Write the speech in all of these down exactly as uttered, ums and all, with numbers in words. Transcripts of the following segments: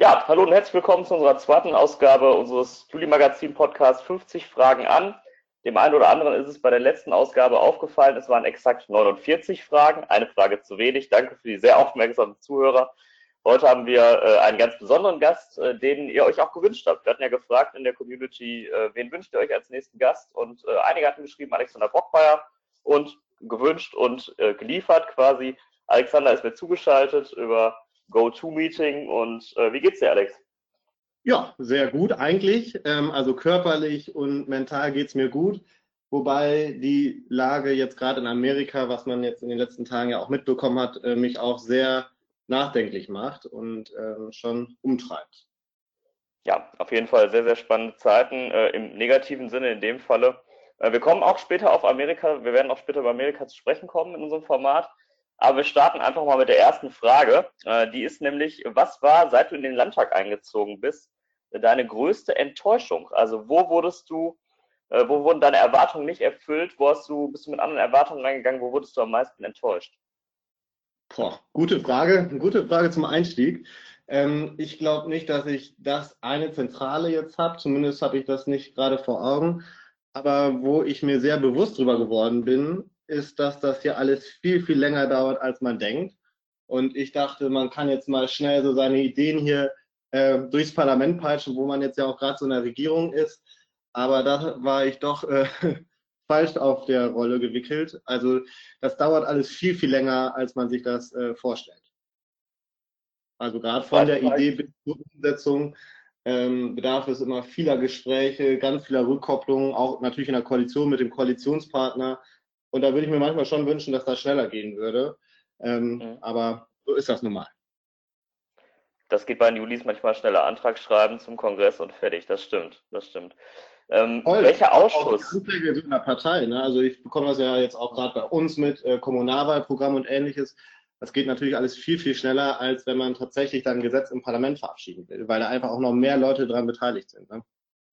Ja, hallo und herzlich willkommen zu unserer zweiten Ausgabe unseres Juli-Magazin-Podcasts fünfzig Fragen an. Dem einen oder anderen ist es bei der letzten Ausgabe aufgefallen, es waren exakt neunundvierzig Fragen, eine Frage zu wenig. Danke für die sehr aufmerksamen Zuhörer. Heute haben wir äh, einen ganz besonderen Gast, äh, den ihr euch auch gewünscht habt. Wir hatten ja gefragt in der Community, äh, wen wünscht ihr euch als nächsten Gast? Und äh, einige hatten geschrieben, Alexander Brockmeier, und gewünscht und äh, geliefert quasi. Alexander ist mir zugeschaltet über GoToMeeting. Und äh, wie geht's dir, Alex? Ja, sehr gut eigentlich. Ähm, also körperlich und mental geht's mir gut. Wobei die Lage jetzt gerade in Amerika, was man jetzt in den letzten Tagen ja auch mitbekommen hat, äh, mich auch sehr nachdenklich macht und ähm, schon umtreibt. Ja, auf jeden Fall sehr, sehr spannende Zeiten, äh, im negativen Sinne in dem Falle. Äh, wir kommen auch später auf Amerika, wir werden auch später über Amerika zu sprechen kommen in unserem Format. Aber wir starten einfach mal mit der ersten Frage. Äh, die ist nämlich, was war, seit du in den Landtag eingezogen bist, deine größte Enttäuschung? Also wo wurdest du, äh, wo wurden deine Erwartungen nicht erfüllt? Wo hast du, bist du mit anderen Erwartungen reingegangen? Wo wurdest du am meisten enttäuscht? Boah, gute Frage, gute Frage zum Einstieg. Ähm, ich glaube nicht, dass ich das eine Zentrale jetzt habe, zumindest habe ich das nicht gerade vor Augen. Aber wo ich mir sehr bewusst drüber geworden bin, ist, dass das hier alles viel, viel länger dauert, als man denkt. Und ich dachte, man kann jetzt mal schnell so seine Ideen hier äh, durchs Parlament peitschen, wo man jetzt ja auch gerade so in der Regierung ist. Aber da war ich doch äh, falsch auf der Rolle gewickelt. Also das dauert alles viel, viel länger, als man sich das äh, vorstellt. Also gerade Das von heißt, der Idee bis zur Umsetzung ähm, bedarf es immer vieler Gespräche, ganz vieler Rückkopplungen, auch natürlich in der Koalition mit dem Koalitionspartner. Und da würde ich mir manchmal schon wünschen, dass das schneller gehen würde. Ähm, mhm. aber so ist das nun mal. Das geht bei den Julis manchmal schneller, Antrag schreiben zum Kongress und fertig. Das stimmt, das stimmt. Ähm, Toll, welcher auch die Ausschuss? Anträge in einer Partei. Ne? Also ich bekomme das ja jetzt auch gerade bei uns mit äh, Kommunalwahlprogramm und ähnliches. Das geht natürlich alles viel, viel schneller, als wenn man tatsächlich dann ein Gesetz im Parlament verabschieden will, weil da einfach auch noch mehr Leute daran beteiligt sind. Ne?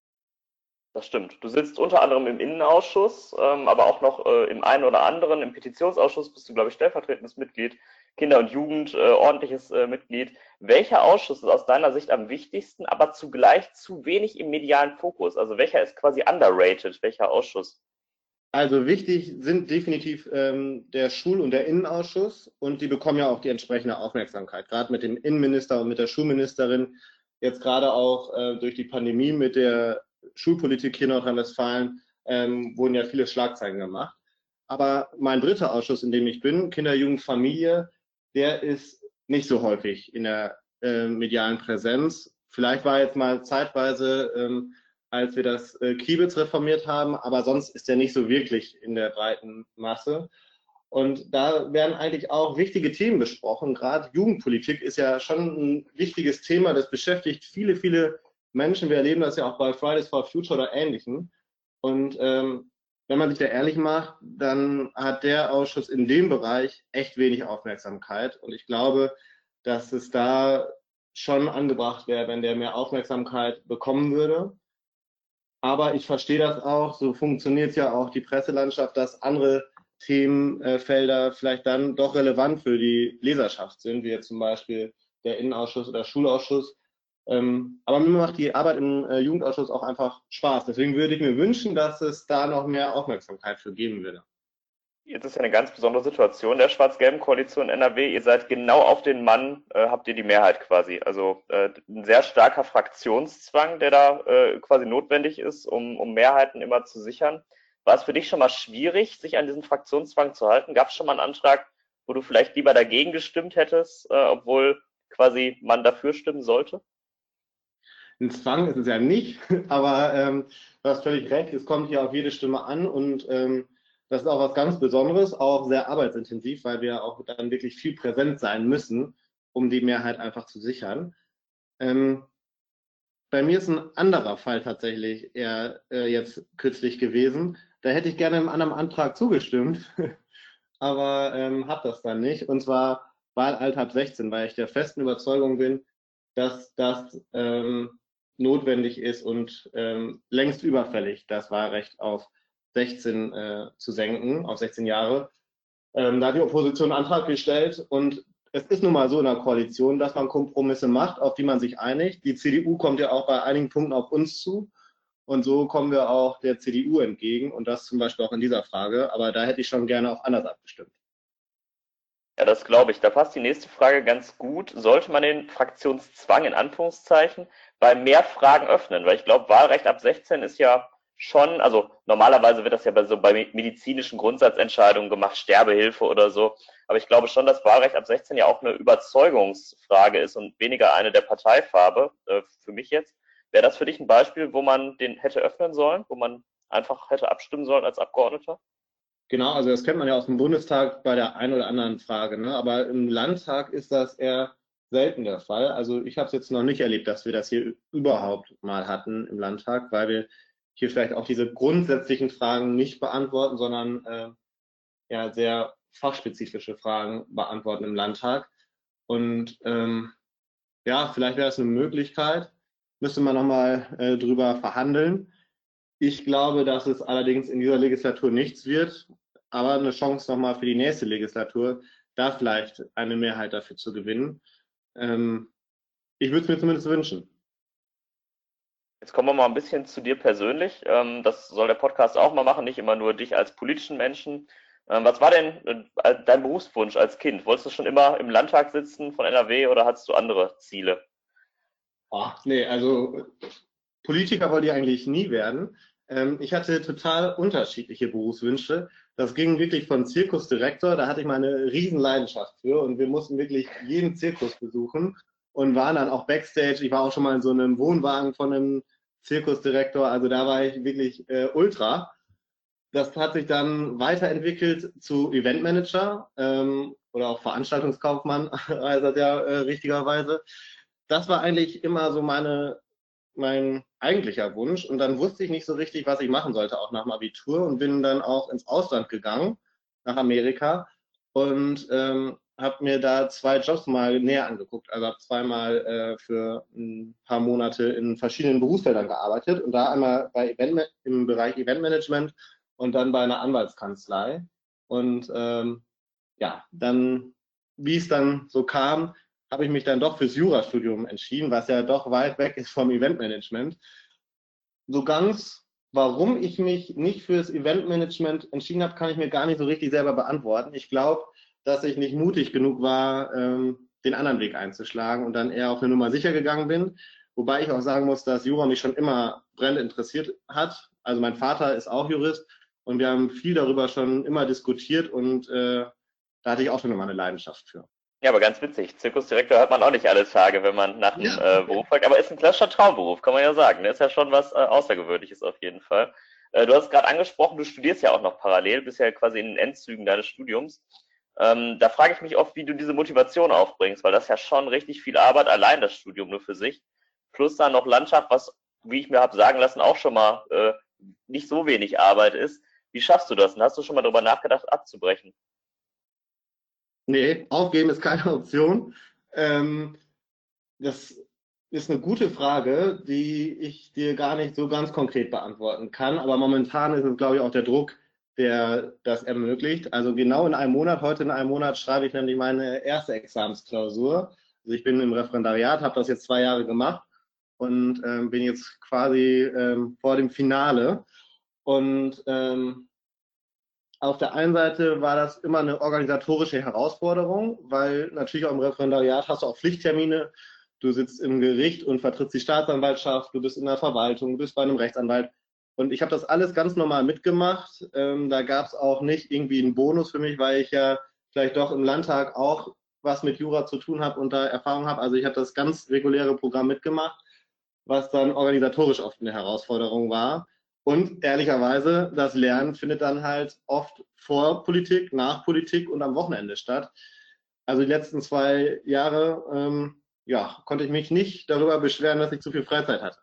Das stimmt. Du sitzt unter anderem im Innenausschuss, ähm, aber auch noch äh, im einen oder anderen. Im Petitionsausschuss bist du, glaube ich, stellvertretendes Mitglied. Kinder und Jugend, äh, ordentliches äh, Mitglied. Welcher Ausschuss ist aus deiner Sicht am wichtigsten, aber zugleich zu wenig im medialen Fokus? Also welcher ist quasi underrated? Welcher Ausschuss? Also wichtig sind definitiv ähm, der Schul- und der Innenausschuss und die bekommen ja auch die entsprechende Aufmerksamkeit, gerade mit dem Innenminister und mit der Schulministerin, jetzt gerade auch äh, durch die Pandemie mit der Schulpolitik hier in Nordrhein-Westfalen ähm, wurden ja viele Schlagzeilen gemacht. Aber mein dritter Ausschuss, in dem ich bin, Kinder, Jugend, Familie, der ist nicht so häufig in der äh, medialen Präsenz. Vielleicht war jetzt mal zeitweise ähm, als wir das äh, Kiebitz reformiert haben, aber sonst ist er nicht so wirklich in der breiten Masse. Und da werden eigentlich auch wichtige Themen besprochen. Gerade Jugendpolitik ist ja schon ein wichtiges Thema. Das beschäftigt viele, viele Menschen. Wir erleben das ja auch bei Fridays for Future oder Ähnlichem. Und ähm, wenn man sich da ehrlich macht, dann hat der Ausschuss in dem Bereich echt wenig Aufmerksamkeit. Und ich glaube, dass es da schon angebracht wäre, wenn der mehr Aufmerksamkeit bekommen würde. Aber ich verstehe das auch, so funktioniert ja auch die Presselandschaft, dass andere Themenfelder vielleicht dann doch relevant für die Leserschaft sind, wie jetzt zum Beispiel der Innenausschuss oder Schulausschuss. Ähm, aber mir macht die Arbeit im äh, Jugendausschuss auch einfach Spaß. Deswegen würde ich mir wünschen, dass es da noch mehr Aufmerksamkeit für geben würde. Jetzt ist ja eine ganz besondere Situation der schwarz-gelben Koalition N R W. Ihr seid genau auf den Mann, äh, habt ihr die Mehrheit quasi. Also äh, ein sehr starker Fraktionszwang, der da äh, quasi notwendig ist, um, um Mehrheiten immer zu sichern. War es für dich schon mal schwierig, sich an diesen Fraktionszwang zu halten? Gab es schon mal einen Antrag, wo du vielleicht lieber dagegen gestimmt hättest, äh, obwohl quasi man dafür stimmen sollte? Ein Zwang ist es ja nicht, aber ähm, du hast völlig recht, es kommt hier auf jede Stimme an und ähm, das ist auch was ganz Besonderes, auch sehr arbeitsintensiv, weil wir auch dann wirklich viel präsent sein müssen, um die Mehrheit einfach zu sichern. Ähm, bei mir ist ein anderer Fall tatsächlich eher äh, jetzt kürzlich gewesen. Da hätte ich gerne einem anderen Antrag zugestimmt, aber ähm, habe das dann nicht. Und zwar Wahlalter ab sechzehn, weil ich der festen Überzeugung bin, dass das ähm, notwendig ist und ähm, längst überfällig, das Wahlrecht auf sechzehn äh, zu senken, auf sechzehn Jahre. Ähm, da hat die Opposition einen Antrag gestellt und es ist nun mal so in der Koalition, dass man Kompromisse macht, auf die man sich einigt. Die C D U kommt ja auch bei einigen Punkten auf uns zu. Und so kommen wir auch der C D U entgegen und das zum Beispiel auch in dieser Frage. Aber da hätte ich schon gerne auch anders abgestimmt. Ja, das glaube ich. Da passt die nächste Frage ganz gut. Sollte man den Fraktionszwang in Anführungszeichen bei mehr Fragen öffnen? Weil ich glaube, Wahlrecht ab sechzehn ist ja schon, also normalerweise wird das ja bei so bei medizinischen Grundsatzentscheidungen gemacht, Sterbehilfe oder so. Aber ich glaube schon, dass Wahlrecht ab sechzehn ja auch eine Überzeugungsfrage ist und weniger eine der Parteifarbe, äh, für mich jetzt. Wäre das für dich ein Beispiel, wo man den hätte öffnen sollen, wo man einfach hätte abstimmen sollen als Abgeordneter? Genau, also das kennt man ja aus dem Bundestag bei der einen oder anderen Frage, ne? Aber im Landtag ist das eher selten der Fall. Also ich habe es jetzt noch nicht erlebt, dass wir das hier überhaupt mal hatten im Landtag, weil wir hier vielleicht auch diese grundsätzlichen Fragen nicht beantworten, sondern äh, ja sehr fachspezifische Fragen beantworten im Landtag. Und ähm, ja, vielleicht wäre es eine Möglichkeit, müsste man nochmal äh, drüber verhandeln. Ich glaube, dass es allerdings in dieser Legislatur nichts wird, aber eine Chance nochmal für die nächste Legislatur, da vielleicht eine Mehrheit dafür zu gewinnen. Ähm, ich würde es mir zumindest wünschen. Jetzt kommen wir mal ein bisschen zu dir persönlich. Ähm, das soll der Podcast auch mal machen, nicht immer nur dich als politischen Menschen. Ähm, was war denn äh, dein Berufswunsch als Kind? Wolltest du schon immer im Landtag sitzen von N R W oder hattest du andere Ziele? Oh, nee, also Politiker wollte ich eigentlich nie werden. Ähm, ich hatte total unterschiedliche Berufswünsche. Das ging wirklich von Zirkusdirektor, da hatte ich meine Riesenleidenschaft für und wir mussten wirklich jeden Zirkus besuchen und waren dann auch Backstage. Ich war auch schon mal in so einem Wohnwagen von einem Zirkusdirektor, also da war ich wirklich äh, ultra. Das hat sich dann weiterentwickelt zu Eventmanager ähm, oder auch Veranstaltungskaufmann, heißt das ja äh, richtigerweise. Das war eigentlich immer so meine mein eigentlicher Wunsch. Und dann wusste ich nicht so richtig, was ich machen sollte, auch nach dem Abitur und bin dann auch ins Ausland gegangen, nach Amerika und ähm, habe mir da zwei Jobs mal näher angeguckt. Also habe zweimal äh, für ein paar Monate in verschiedenen Berufsfeldern gearbeitet und da einmal bei Event, im Bereich Eventmanagement und dann bei einer Anwaltskanzlei. Und ähm, ja, dann, wie es dann so kam, habe ich mich dann doch fürs Jurastudium entschieden, was ja doch weit weg ist vom Eventmanagement. So ganz, warum ich mich nicht fürs Eventmanagement entschieden habe, kann ich mir gar nicht so richtig selber beantworten. Ich glaube, dass ich nicht mutig genug war, ähm, den anderen Weg einzuschlagen und dann eher auf eine Nummer sicher gegangen bin. Wobei ich auch sagen muss, dass Jura mich schon immer brennend interessiert hat. Also mein Vater ist auch Jurist und wir haben viel darüber schon immer diskutiert und äh, da hatte ich auch schon immer eine Leidenschaft für. Ja, aber ganz witzig. Zirkusdirektor hört man auch nicht alle Tage, wenn man nach einem Ja. äh, Beruf fragt. Aber ist ein klassischer Traumberuf, kann man ja sagen. Ne? Ist ja schon was äh, Außergewöhnliches auf jeden Fall. Äh, du hast es gerade angesprochen, du studierst ja auch noch parallel, bist ja quasi in den Endzügen deines Studiums. Ähm, da frage ich mich oft, wie du diese Motivation aufbringst, weil das ja schon richtig viel Arbeit, allein das Studium nur für sich. Plus dann noch Landschaft, was, wie ich mir habe sagen lassen, auch schon mal äh, nicht so wenig Arbeit ist. Wie schaffst du das? Und hast du schon mal darüber nachgedacht, abzubrechen? Nee, aufgeben ist keine Option. Ähm, das ist eine gute Frage, die ich dir gar nicht so ganz konkret beantworten kann. Aber momentan ist es, glaube ich, auch der Druck, der das ermöglicht. Also genau in einem Monat, heute in einem Monat schreibe ich nämlich meine erste Examensklausur. Also ich bin im Referendariat, habe das jetzt zwei Jahre gemacht und ähm, bin jetzt quasi ähm, vor dem Finale. Und ähm, auf der einen Seite war das immer eine organisatorische Herausforderung, weil natürlich auch im Referendariat hast du auch Pflichttermine. Du sitzt im Gericht und vertrittst die Staatsanwaltschaft, du bist in der Verwaltung, du bist bei einem Rechtsanwalt. Und ich habe das alles ganz normal mitgemacht. Ähm, da gab es auch nicht irgendwie einen Bonus für mich, weil ich ja vielleicht doch im Landtag auch was mit Jura zu tun habe und da Erfahrung habe. Also ich habe das ganz reguläre Programm mitgemacht, was dann organisatorisch oft eine Herausforderung war. Und ehrlicherweise, das Lernen findet dann halt oft vor Politik, nach Politik und am Wochenende statt. Also die letzten zwei Jahre, ähm, ja, konnte ich mich nicht darüber beschweren, dass ich zu viel Freizeit hatte.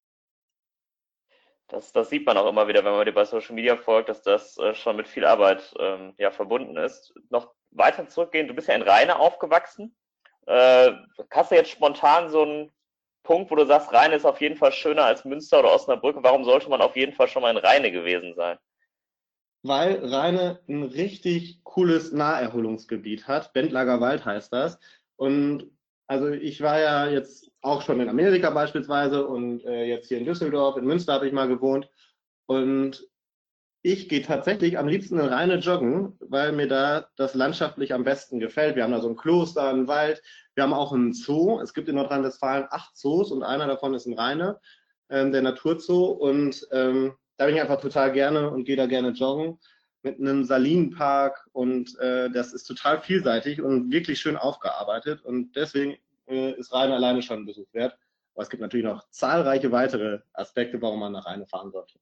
Das, das sieht man auch immer wieder, wenn man dir bei Social Media folgt, dass das äh, schon mit viel Arbeit ähm, ja, verbunden ist. Noch weiter zurückgehen, du bist ja in Rheine aufgewachsen. Äh, hast du jetzt spontan so einen Punkt, wo du sagst, Rheine ist auf jeden Fall schöner als Münster oder Osnabrück? Warum sollte man auf jeden Fall schon mal in Rheine gewesen sein? weil Rheine ein richtig cooles Naherholungsgebiet hat. Bentlager Wald heißt das. Und also ich war ja jetzt auch schon in Amerika beispielsweise und äh, jetzt hier in Düsseldorf, in Münster habe ich mal gewohnt. Und ich gehe tatsächlich am liebsten in Rheine joggen, weil mir da das landschaftlich am besten gefällt. Wir haben da so ein Kloster, einen Wald, wir haben auch einen Zoo. Es gibt in Nordrhein-Westfalen acht Zoos und einer davon ist in Rheine, ähm, der Naturzoo. Und ähm, da bin ich einfach total gerne und gehe da gerne joggen mit einem Salinenpark. Und äh, das ist total vielseitig und wirklich schön aufgearbeitet. Und deswegen äh, ist Rheine alleine schon ein Besuch wert. Aber es gibt natürlich noch zahlreiche weitere Aspekte, warum man nach Rheine fahren sollte.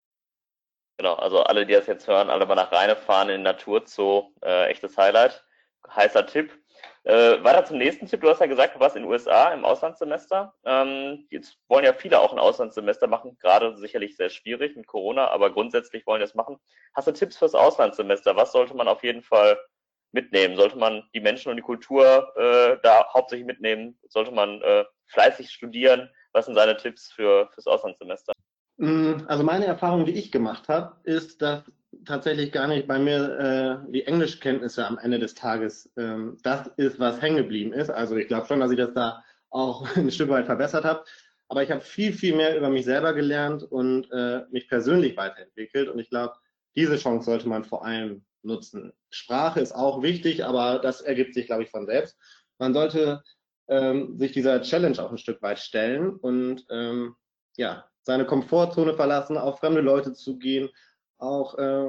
Genau, also alle, die das jetzt hören, alle mal nach Rheine fahren in den Naturzoo, äh, echtes Highlight, heißer Tipp. Äh, weiter zum nächsten Tipp. Du hast ja gesagt, du warst in den U S A im Auslandssemester. Ähm, jetzt wollen ja viele auch ein Auslandssemester machen, gerade sicherlich sehr schwierig mit Corona, aber grundsätzlich wollen das machen. Hast du Tipps fürs Auslandssemester? Was sollte man auf jeden Fall mitnehmen? Sollte man die Menschen und die Kultur äh, da hauptsächlich mitnehmen? Sollte man äh, fleißig studieren? Was sind seine Tipps für fürs Auslandssemester? Also meine Erfahrung, die ich gemacht habe, ist, dass tatsächlich gar nicht bei mir äh, die Englischkenntnisse am Ende des Tages ähm, das ist, was hängen geblieben ist. Also ich glaube schon, dass ich das da auch ein Stück weit verbessert habe. Aber ich habe viel, viel mehr über mich selber gelernt und äh, mich persönlich weiterentwickelt. Und ich glaube, diese Chance sollte man vor allem nutzen. Sprache ist auch wichtig, aber das ergibt sich, glaube ich, von selbst. Man sollte ähm, sich dieser Challenge auch ein Stück weit stellen und ähm, ja, seine Komfortzone verlassen, auf fremde Leute zu gehen, auch äh,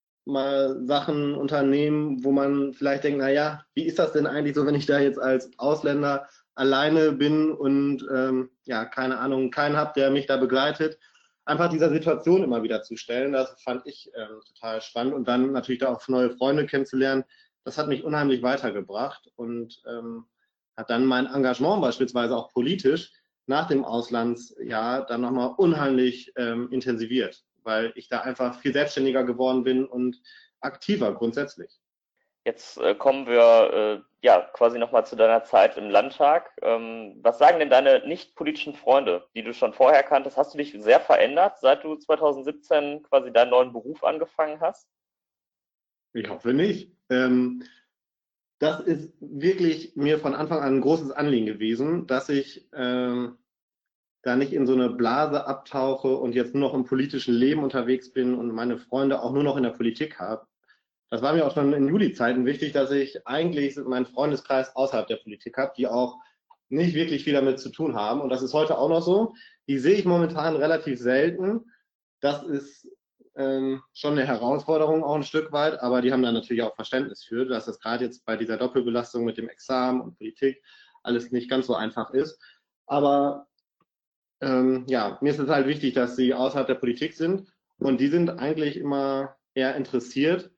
mal Sachen unternehmen, wo man vielleicht denkt, naja, wie ist das denn eigentlich so, wenn ich da jetzt als Ausländer alleine bin und ähm, ja, keine Ahnung, keinen habe, der mich da begleitet. Einfach dieser Situation immer wieder zu stellen, das fand ich ähm, total spannend und dann natürlich da auch neue Freunde kennenzulernen, das hat mich unheimlich weitergebracht und ähm, hat dann mein Engagement beispielsweise auch politisch nach dem Auslandsjahr dann nochmal unheimlich ähm, intensiviert, weil ich da einfach viel selbstständiger geworden bin und aktiver grundsätzlich. Jetzt äh, kommen wir äh, ja quasi nochmal zu deiner Zeit im Landtag. Ähm, was sagen denn deine nicht politischen Freunde, die du schon vorher kanntest? Hast du dich sehr verändert, seit du zwanzig siebzehn quasi deinen neuen Beruf angefangen hast? Ich hoffe nicht. Ähm, das ist wirklich mir von Anfang an ein großes Anliegen gewesen, dass ich ähm, da nicht in so eine Blase abtauche und jetzt nur noch im politischen Leben unterwegs bin und meine Freunde auch nur noch in der Politik habe. Das war mir auch schon in Juli-Zeiten wichtig, dass ich eigentlich meinen Freundeskreis außerhalb der Politik habe, die auch nicht wirklich viel damit zu tun haben. Und das ist heute auch noch so. Die sehe ich momentan relativ selten. Das ist ähm, schon eine Herausforderung auch ein Stück weit, aber die haben da natürlich auch Verständnis für, dass das gerade jetzt bei dieser Doppelbelastung mit dem Examen und Politik alles nicht ganz so einfach ist. Aber ähm, ja, mir ist es halt wichtig, dass sie außerhalb der Politik sind und die sind eigentlich immer eher interessiert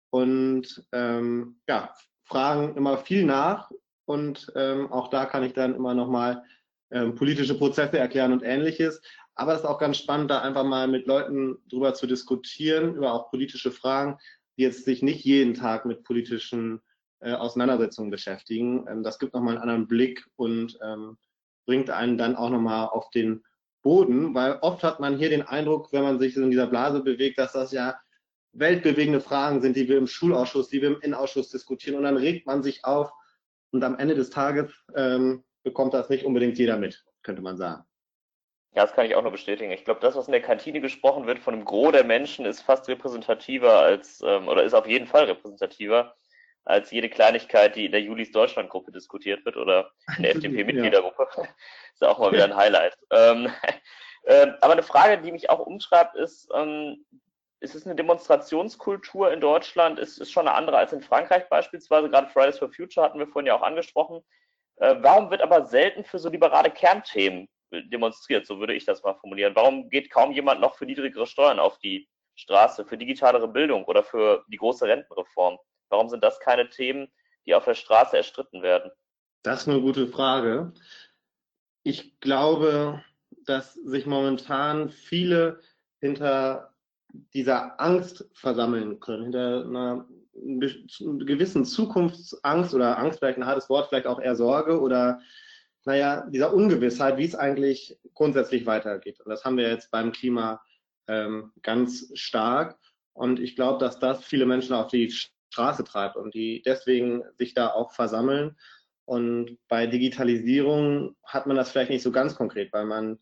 und ähm, ja, fragen immer viel nach und ähm, auch da kann ich dann immer nochmal ähm, politische Prozesse erklären und ähnliches. Aber es ist auch ganz spannend, da einfach mal mit Leuten drüber zu diskutieren, über auch politische Fragen, die jetzt sich nicht jeden Tag mit politischen äh, Auseinandersetzungen beschäftigen. Ähm, das gibt nochmal einen anderen Blick und ähm, bringt einen dann auch nochmal auf den Boden, weil oft hat man hier den Eindruck, wenn man sich so in dieser Blase bewegt, dass das ja weltbewegende Fragen sind, die wir im Schulausschuss, die wir im Innenausschuss diskutieren und dann regt man sich auf und am Ende des Tages ähm, bekommt das nicht unbedingt jeder mit, könnte man sagen. Ja, das kann ich auch nur bestätigen. Ich glaube, das, was in der Kantine gesprochen wird von dem Gros der Menschen, ist fast repräsentativer als, ähm, oder ist auf jeden Fall repräsentativer als jede Kleinigkeit, die in der Julis Deutschland-Gruppe diskutiert wird oder in der Ja. F D P-Mitgliedergruppe. Ist auch mal wieder ein Highlight. Ähm, äh, aber eine Frage, die mich auch umschreibt, ist, ähm, ist es eine Demonstrationskultur in Deutschland? Ist es schon eine andere als in Frankreich beispielsweise? Gerade Fridays for Future hatten wir vorhin ja auch angesprochen. Äh, warum wird aber selten für so liberale Kernthemen demonstriert? So würde ich das mal formulieren. Warum geht kaum jemand noch für niedrigere Steuern auf die Straße, für digitalere Bildung oder für die große Rentenreform? Warum sind das keine Themen, die auf der Straße erstritten werden? Das ist eine gute Frage. Ich glaube, dass sich momentan viele hinter dieser Angst versammeln können, hinter einer gewissen Zukunftsangst oder Angst, vielleicht ein hartes Wort, vielleicht auch eher Sorge oder naja, dieser Ungewissheit, wie es eigentlich grundsätzlich weitergeht. Und das haben wir jetzt beim Klima ähm, ganz stark. Und ich glaube, dass das viele Menschen auf die Straße treibt und die deswegen sich da auch versammeln. Und bei Digitalisierung hat man das vielleicht nicht so ganz konkret, weil man,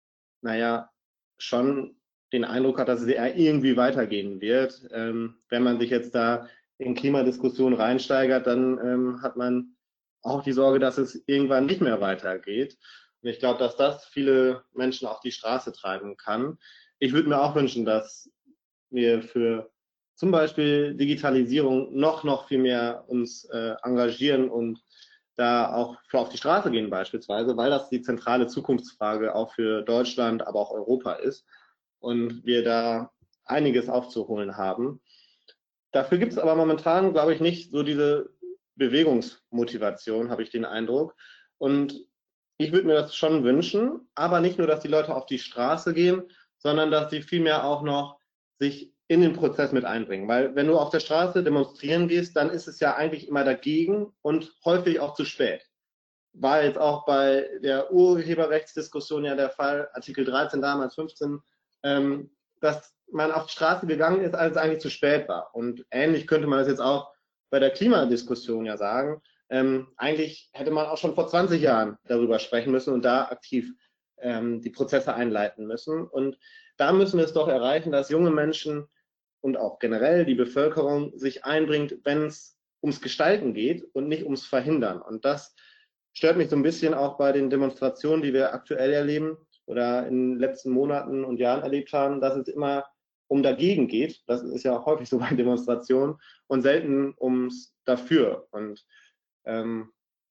naja, schon den Eindruck hat, dass es eher irgendwie weitergehen wird. Ähm, wenn man sich jetzt da in Klimadiskussionen reinsteigert, dann ähm, hat man auch die Sorge, dass es irgendwann nicht mehr weitergeht. Und ich glaube, dass das viele Menschen auf die Straße treiben kann. Ich würde mir auch wünschen, dass wir für zum Beispiel Digitalisierung noch, noch viel mehr uns äh, engagieren und da auch für auf die Straße gehen beispielsweise, weil das die zentrale Zukunftsfrage auch für Deutschland, aber auch Europa ist und wir da einiges aufzuholen haben. Dafür gibt es aber momentan, glaube ich, nicht so diese Bewegungsmotivation, habe ich den Eindruck. Und ich würde mir das schon wünschen, aber nicht nur, dass die Leute auf die Straße gehen, sondern dass sie vielmehr auch noch sich in den Prozess mit einbringen. Weil wenn du auf der Straße demonstrieren gehst, dann ist es ja eigentlich immer dagegen und häufig auch zu spät. War jetzt auch bei der Urheberrechtsdiskussion ja der Fall, Artikel dreizehn, damals fünfzehn, ähm, dass man auf die Straße gegangen ist, als es eigentlich zu spät war. Und ähnlich könnte man das jetzt auch bei der Klimadiskussion ja sagen. Ähm, eigentlich hätte man auch schon vor zwanzig Jahren darüber sprechen müssen und da aktiv ähm, die Prozesse einleiten müssen. Und da müssen wir es doch erreichen, dass junge Menschen und auch generell die Bevölkerung sich einbringt, wenn es ums Gestalten geht und nicht ums Verhindern. Und das stört mich so ein bisschen auch bei den Demonstrationen, die wir aktuell erleben oder in den letzten Monaten und Jahren erlebt haben, dass es immer um dagegen geht. Das ist ja auch häufig so bei Demonstrationen und selten ums dafür. Und ähm,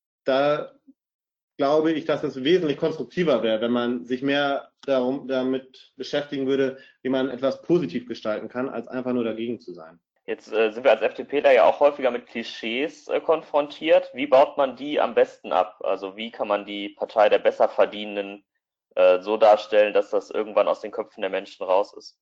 da glaube ich, dass es wesentlich konstruktiver wäre, wenn man sich mehr darum, damit beschäftigen würde, wie man etwas positiv gestalten kann, als einfach nur dagegen zu sein. Jetzt äh, sind wir als FDPler ja auch häufiger mit Klischees äh, konfrontiert. Wie baut man die am besten ab? Also wie kann man die Partei der Besserverdienenden äh, so darstellen, dass das irgendwann aus den Köpfen der Menschen raus ist?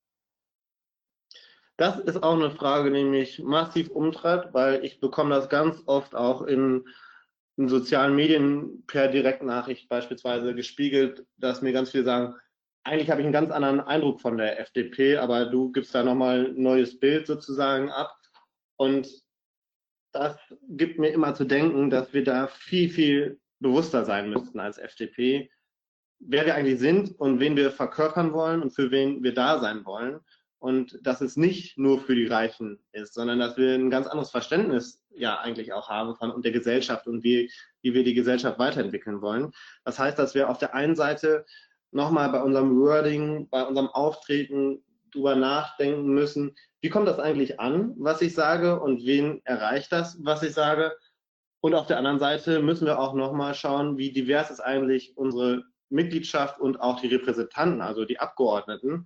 Das ist auch eine Frage, die mich massiv umtreibt, weil ich bekomme das ganz oft auch in, in sozialen Medien per Direktnachricht beispielsweise gespiegelt, dass mir ganz viele sagen, eigentlich habe ich einen ganz anderen Eindruck von der F D P, aber du gibst da nochmal ein neues Bild sozusagen ab. Und das gibt mir immer zu denken, dass wir da viel, viel bewusster sein müssten als F D P, wer wir eigentlich sind und wen wir verkörpern wollen und für wen wir da sein wollen. Und dass es nicht nur für die Reichen ist, sondern dass wir ein ganz anderes Verständnis ja eigentlich auch haben von und der Gesellschaft und wie, wie wir die Gesellschaft weiterentwickeln wollen. Das heißt, dass wir auf der einen Seite nochmal bei unserem Wording, bei unserem Auftreten drüber nachdenken müssen, wie kommt das eigentlich an, was ich sage und wen erreicht das, was ich sage. Und auf der anderen Seite müssen wir auch nochmal schauen, wie divers ist eigentlich unsere Mitgliedschaft und auch die Repräsentanten, also die Abgeordneten.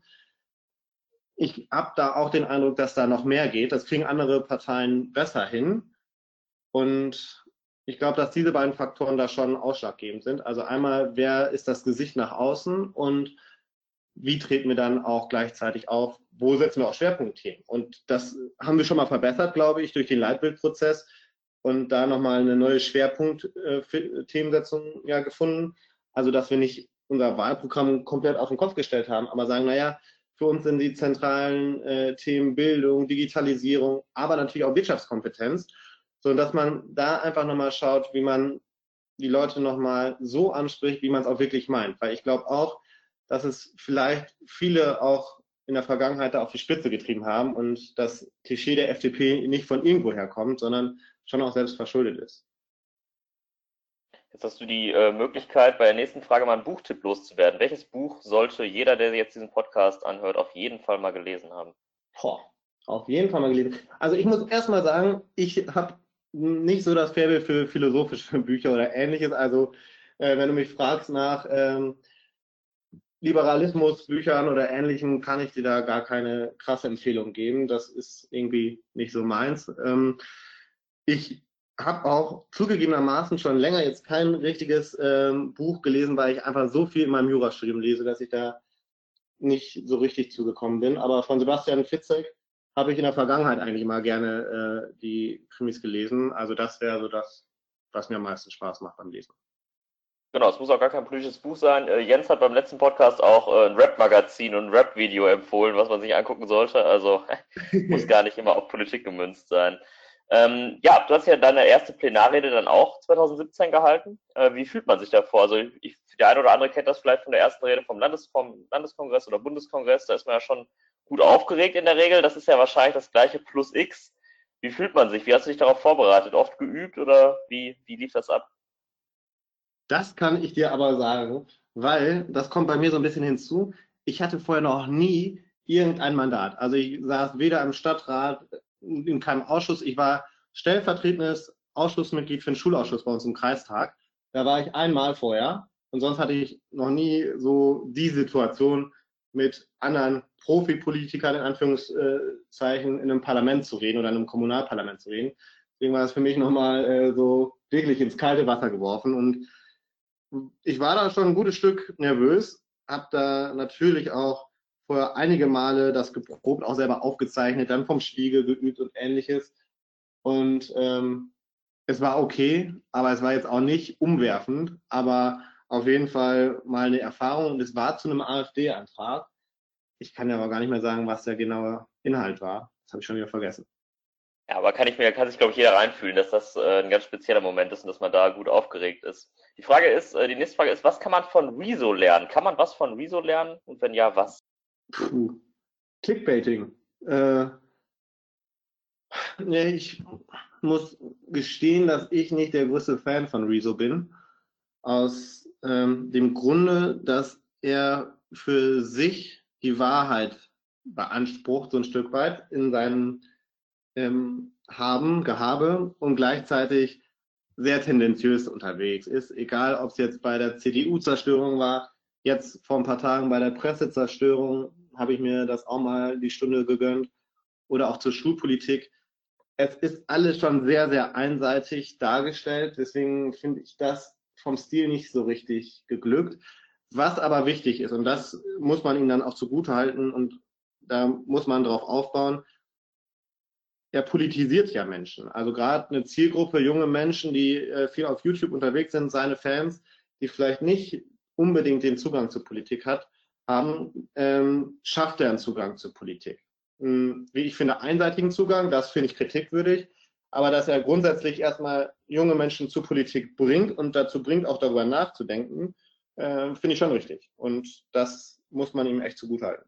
Ich habe da auch den Eindruck, dass da noch mehr geht. Das kriegen andere Parteien besser hin. Und ich glaube, dass diese beiden Faktoren da schon ausschlaggebend sind. Also einmal, wer ist das Gesicht nach außen und wie treten wir dann auch gleichzeitig auf? Wo setzen wir auch Schwerpunktthemen? Und das haben wir schon mal verbessert, glaube ich, durch den Leitbildprozess und da nochmal eine neue Schwerpunkt-Themensetzung ja, gefunden. Also, dass wir nicht unser Wahlprogramm komplett auf den Kopf gestellt haben, aber sagen, naja, für uns sind die zentralen äh, Themen Bildung, Digitalisierung, aber natürlich auch Wirtschaftskompetenz, so dass man da einfach nochmal schaut, wie man die Leute nochmal so anspricht, wie man es auch wirklich meint. Weil ich glaube auch, dass es vielleicht viele auch in der Vergangenheit da auf die Spitze getrieben haben und das Klischee der F D P nicht von irgendwoher kommt, sondern schon auch selbst verschuldet ist. Jetzt hast du die äh, Möglichkeit, bei der nächsten Frage mal einen Buchtipp loszuwerden. Welches Buch sollte jeder, der jetzt diesen Podcast anhört, auf jeden Fall mal gelesen haben? Boah, auf jeden Fall mal gelesen. Also ich muss erst mal sagen, ich habe nicht so das Faible für philosophische Bücher oder ähnliches. Also äh, wenn du mich fragst nach ähm, Liberalismusbüchern oder Ähnlichem, kann ich dir da gar keine krasse Empfehlung geben. Das ist irgendwie nicht so meins. Ähm, ich habe auch zugegebenermaßen schon länger jetzt kein richtiges ähm, Buch gelesen, weil ich einfach so viel in meinem Jurastudium lese, dass ich da nicht so richtig zugekommen bin. Aber von Sebastian Fitzek habe ich in der Vergangenheit eigentlich immer gerne äh, die Krimis gelesen. Also das wäre so das, was mir am meisten Spaß macht beim Lesen. Genau, es muss auch gar kein politisches Buch sein. Äh, Jens hat beim letzten Podcast auch äh, ein Rap-Magazin und ein Rap-Video empfohlen, was man sich angucken sollte. Also muss gar nicht immer auf Politik gemünzt sein. Ähm, ja, du hast ja deine erste Plenarrede dann auch zwanzig siebzehn gehalten. Äh, wie fühlt man sich davor? Also ich, der eine oder andere kennt das vielleicht von der ersten Rede vom, Landes, vom Landeskongress oder Bundeskongress. Da ist man ja schon gut aufgeregt in der Regel. Das ist ja wahrscheinlich das gleiche plus X. Wie fühlt man sich? Wie hast du dich darauf vorbereitet? Oft geübt oder wie, wie lief das ab? Das kann ich dir aber sagen, weil das kommt bei mir so ein bisschen hinzu. Ich hatte vorher noch nie irgendein Mandat. Also ich saß weder im Stadtrat, in keinem Ausschuss. Ich war stellvertretendes Ausschussmitglied für den Schulausschuss bei uns im Kreistag. Da war ich einmal vorher und sonst hatte ich noch nie so die Situation mit anderen Profipolitikern in Anführungszeichen in einem Parlament zu reden oder in einem Kommunalparlament zu reden. Deswegen war das für mich nochmal äh, so wirklich ins kalte Wasser geworfen und ich war da schon ein gutes Stück nervös, habe da natürlich auch vorher einige Male das geprobt, auch selber aufgezeichnet, dann vom Spiegel geübt und ähnliches. Und ähm, es war okay, aber es war jetzt auch nicht umwerfend, aber auf jeden Fall mal eine Erfahrung. Und es war zu einem AfD-Antrag. Ich kann ja aber gar nicht mehr sagen, was der genaue Inhalt war. Das habe ich schon wieder vergessen. Ja, aber kann ich mir, kann sich, glaube ich, jeder reinfühlen, dass das äh, ein ganz spezieller Moment ist und dass man da gut aufgeregt ist. Die Frage ist, äh, die nächste Frage ist, was kann man von Rezo lernen? Kann man was von Rezo lernen? Und wenn ja, was? Puh. Clickbaiting. Äh, nee, ich muss gestehen, dass ich nicht der größte Fan von Rezo bin. Aus ähm, dem Grunde, dass er für sich die Wahrheit beansprucht, so ein Stück weit in seinem ähm, Haben, Gehabe und gleichzeitig sehr tendenziös unterwegs ist. Egal, ob es jetzt bei der C D U-Zerstörung war, jetzt vor ein paar Tagen bei der Pressezerstörung habe ich mir das auch mal die Stunde gegönnt oder auch zur Schulpolitik. Es ist alles schon sehr, sehr einseitig dargestellt. Deswegen finde ich das vom Stil nicht so richtig geglückt. Was aber wichtig ist, und das muss man ihm dann auch zugutehalten und da muss man drauf aufbauen, er politisiert ja Menschen. Also gerade eine Zielgruppe, junge Menschen, die äh, viel auf YouTube unterwegs sind, seine Fans, die vielleicht nicht unbedingt den Zugang zur Politik hat, haben, ähm, schafft er einen Zugang zur Politik. Hm, wie ich finde, einseitigen Zugang, das finde ich kritikwürdig, aber dass er grundsätzlich erstmal junge Menschen zur Politik bringt und dazu bringt, auch darüber nachzudenken, äh, finde ich schon richtig. Und das muss man ihm echt zugutehalten.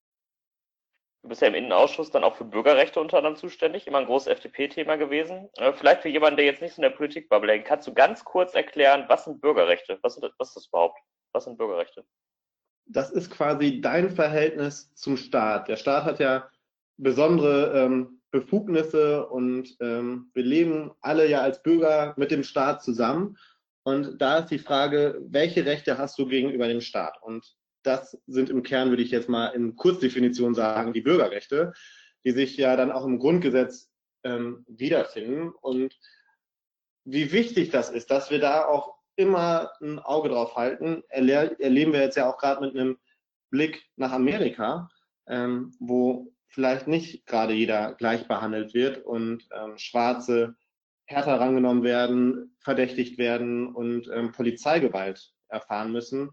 Du bist ja im Innenausschuss dann auch für Bürgerrechte unter anderem zuständig, immer ein großes F D P-Thema gewesen. Äh, vielleicht für jemanden, der jetzt nicht so in der Politikbubble hängt, kannst du ganz kurz erklären, was sind Bürgerrechte? Was, sind, was ist das überhaupt? Was sind Bürgerrechte? Das ist quasi dein Verhältnis zum Staat. Der Staat hat ja besondere ähm, Befugnisse und ähm, wir leben alle ja als Bürger mit dem Staat zusammen. Und da ist die Frage, welche Rechte hast du gegenüber dem Staat? Und das sind im Kern, würde ich jetzt mal in Kurzdefinition sagen, die Bürgerrechte, die sich ja dann auch im Grundgesetz ähm, wiederfinden. Und wie wichtig das ist, dass wir da auch immer ein Auge drauf halten, erleben wir jetzt ja auch gerade mit einem Blick nach Amerika, ähm, wo vielleicht nicht gerade jeder gleich behandelt wird und ähm, Schwarze härter herangenommen werden, verdächtigt werden und ähm, Polizeigewalt erfahren müssen.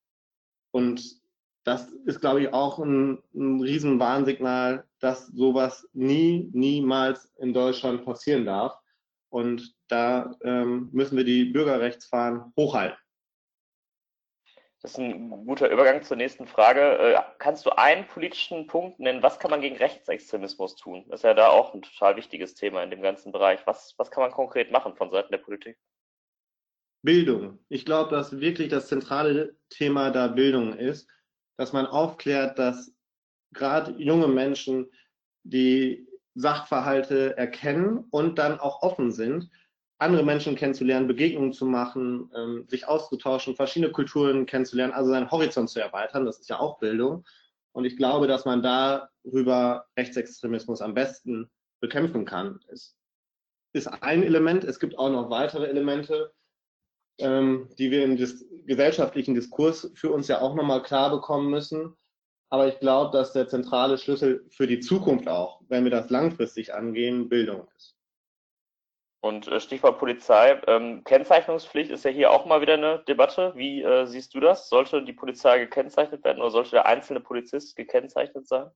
Und das ist, glaube ich, auch ein, ein riesen Warnsignal, dass sowas nie, niemals in Deutschland passieren darf. Und da ähm, müssen wir die Bürgerrechtsfahnen hochhalten. Das ist ein guter Übergang zur nächsten Frage. Äh, kannst du einen politischen Punkt nennen? Was kann man gegen Rechtsextremismus tun? Das ist ja da auch ein total wichtiges Thema in dem ganzen Bereich. Was, was kann man konkret machen von Seiten der Politik? Bildung. Ich glaube, dass wirklich das zentrale Thema da Bildung ist, dass man aufklärt, dass gerade junge Menschen die Sachverhalte erkennen und dann auch offen sind, andere Menschen kennenzulernen, Begegnungen zu machen, ähm, sich auszutauschen, verschiedene Kulturen kennenzulernen, also seinen Horizont zu erweitern. Das ist ja auch Bildung. Und ich glaube, dass man darüber Rechtsextremismus am besten bekämpfen kann. Es ist ein Element. Es gibt auch noch weitere Elemente, ähm, die wir im dis gesellschaftlichen Diskurs für uns ja auch nochmal klar bekommen müssen. Aber ich glaube, dass der zentrale Schlüssel für die Zukunft auch, wenn wir das langfristig angehen, Bildung ist. Und äh, Stichwort Polizei, ähm, Kennzeichnungspflicht ist ja hier auch mal wieder eine Debatte. Wie äh, siehst du das? Sollte die Polizei gekennzeichnet werden oder sollte der einzelne Polizist gekennzeichnet sein?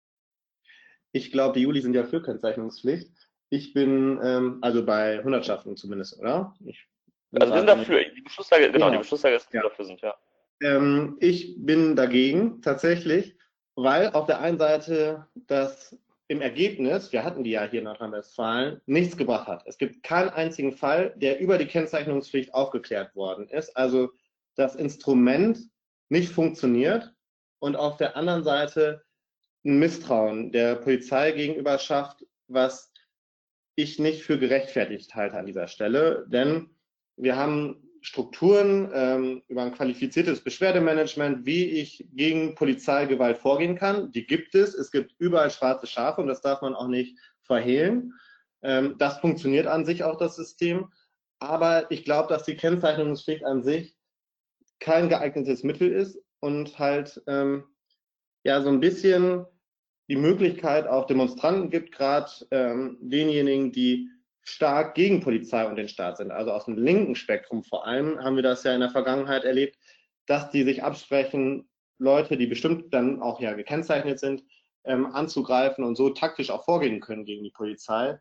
Ich glaube, die Juli sind ja für Kennzeichnungspflicht. Ich bin, ähm, also bei Hundertschaften zumindest, oder? Ich bin Also wir sind gerade nicht. dafür. Die Beschlusslage, genau, die Genau. Beschlusslage ist, dass wir Ja. dafür sind, ja. Ähm, ich bin dagegen tatsächlich, weil auf der einen Seite das im Ergebnis, wir hatten die ja hier in Nordrhein-Westfalen, nichts gebracht hat. Es gibt keinen einzigen Fall, der über die Kennzeichnungspflicht aufgeklärt worden ist. Also das Instrument nicht funktioniert und auf der anderen Seite ein Misstrauen der Polizei gegenüber schafft, was ich nicht für gerechtfertigt halte an dieser Stelle. Denn wir haben Strukturen ähm, über ein qualifiziertes Beschwerdemanagement, wie ich gegen Polizeigewalt vorgehen kann. Die gibt es. Es gibt überall schwarze Schafe und das darf man auch nicht verhehlen. Ähm, das funktioniert an sich auch, das System. Aber ich glaube, dass die Kennzeichnungspflicht an sich kein geeignetes Mittel ist und halt ähm, ja so ein bisschen die Möglichkeit auch Demonstranten gibt, gerade ähm, denjenigen, die stark gegen Polizei und den Staat sind, also aus dem linken Spektrum vor allem, haben wir das ja in der Vergangenheit erlebt, dass die sich absprechen, Leute, die bestimmt dann auch ja gekennzeichnet sind, ähm, anzugreifen und so taktisch auch vorgehen können gegen die Polizei.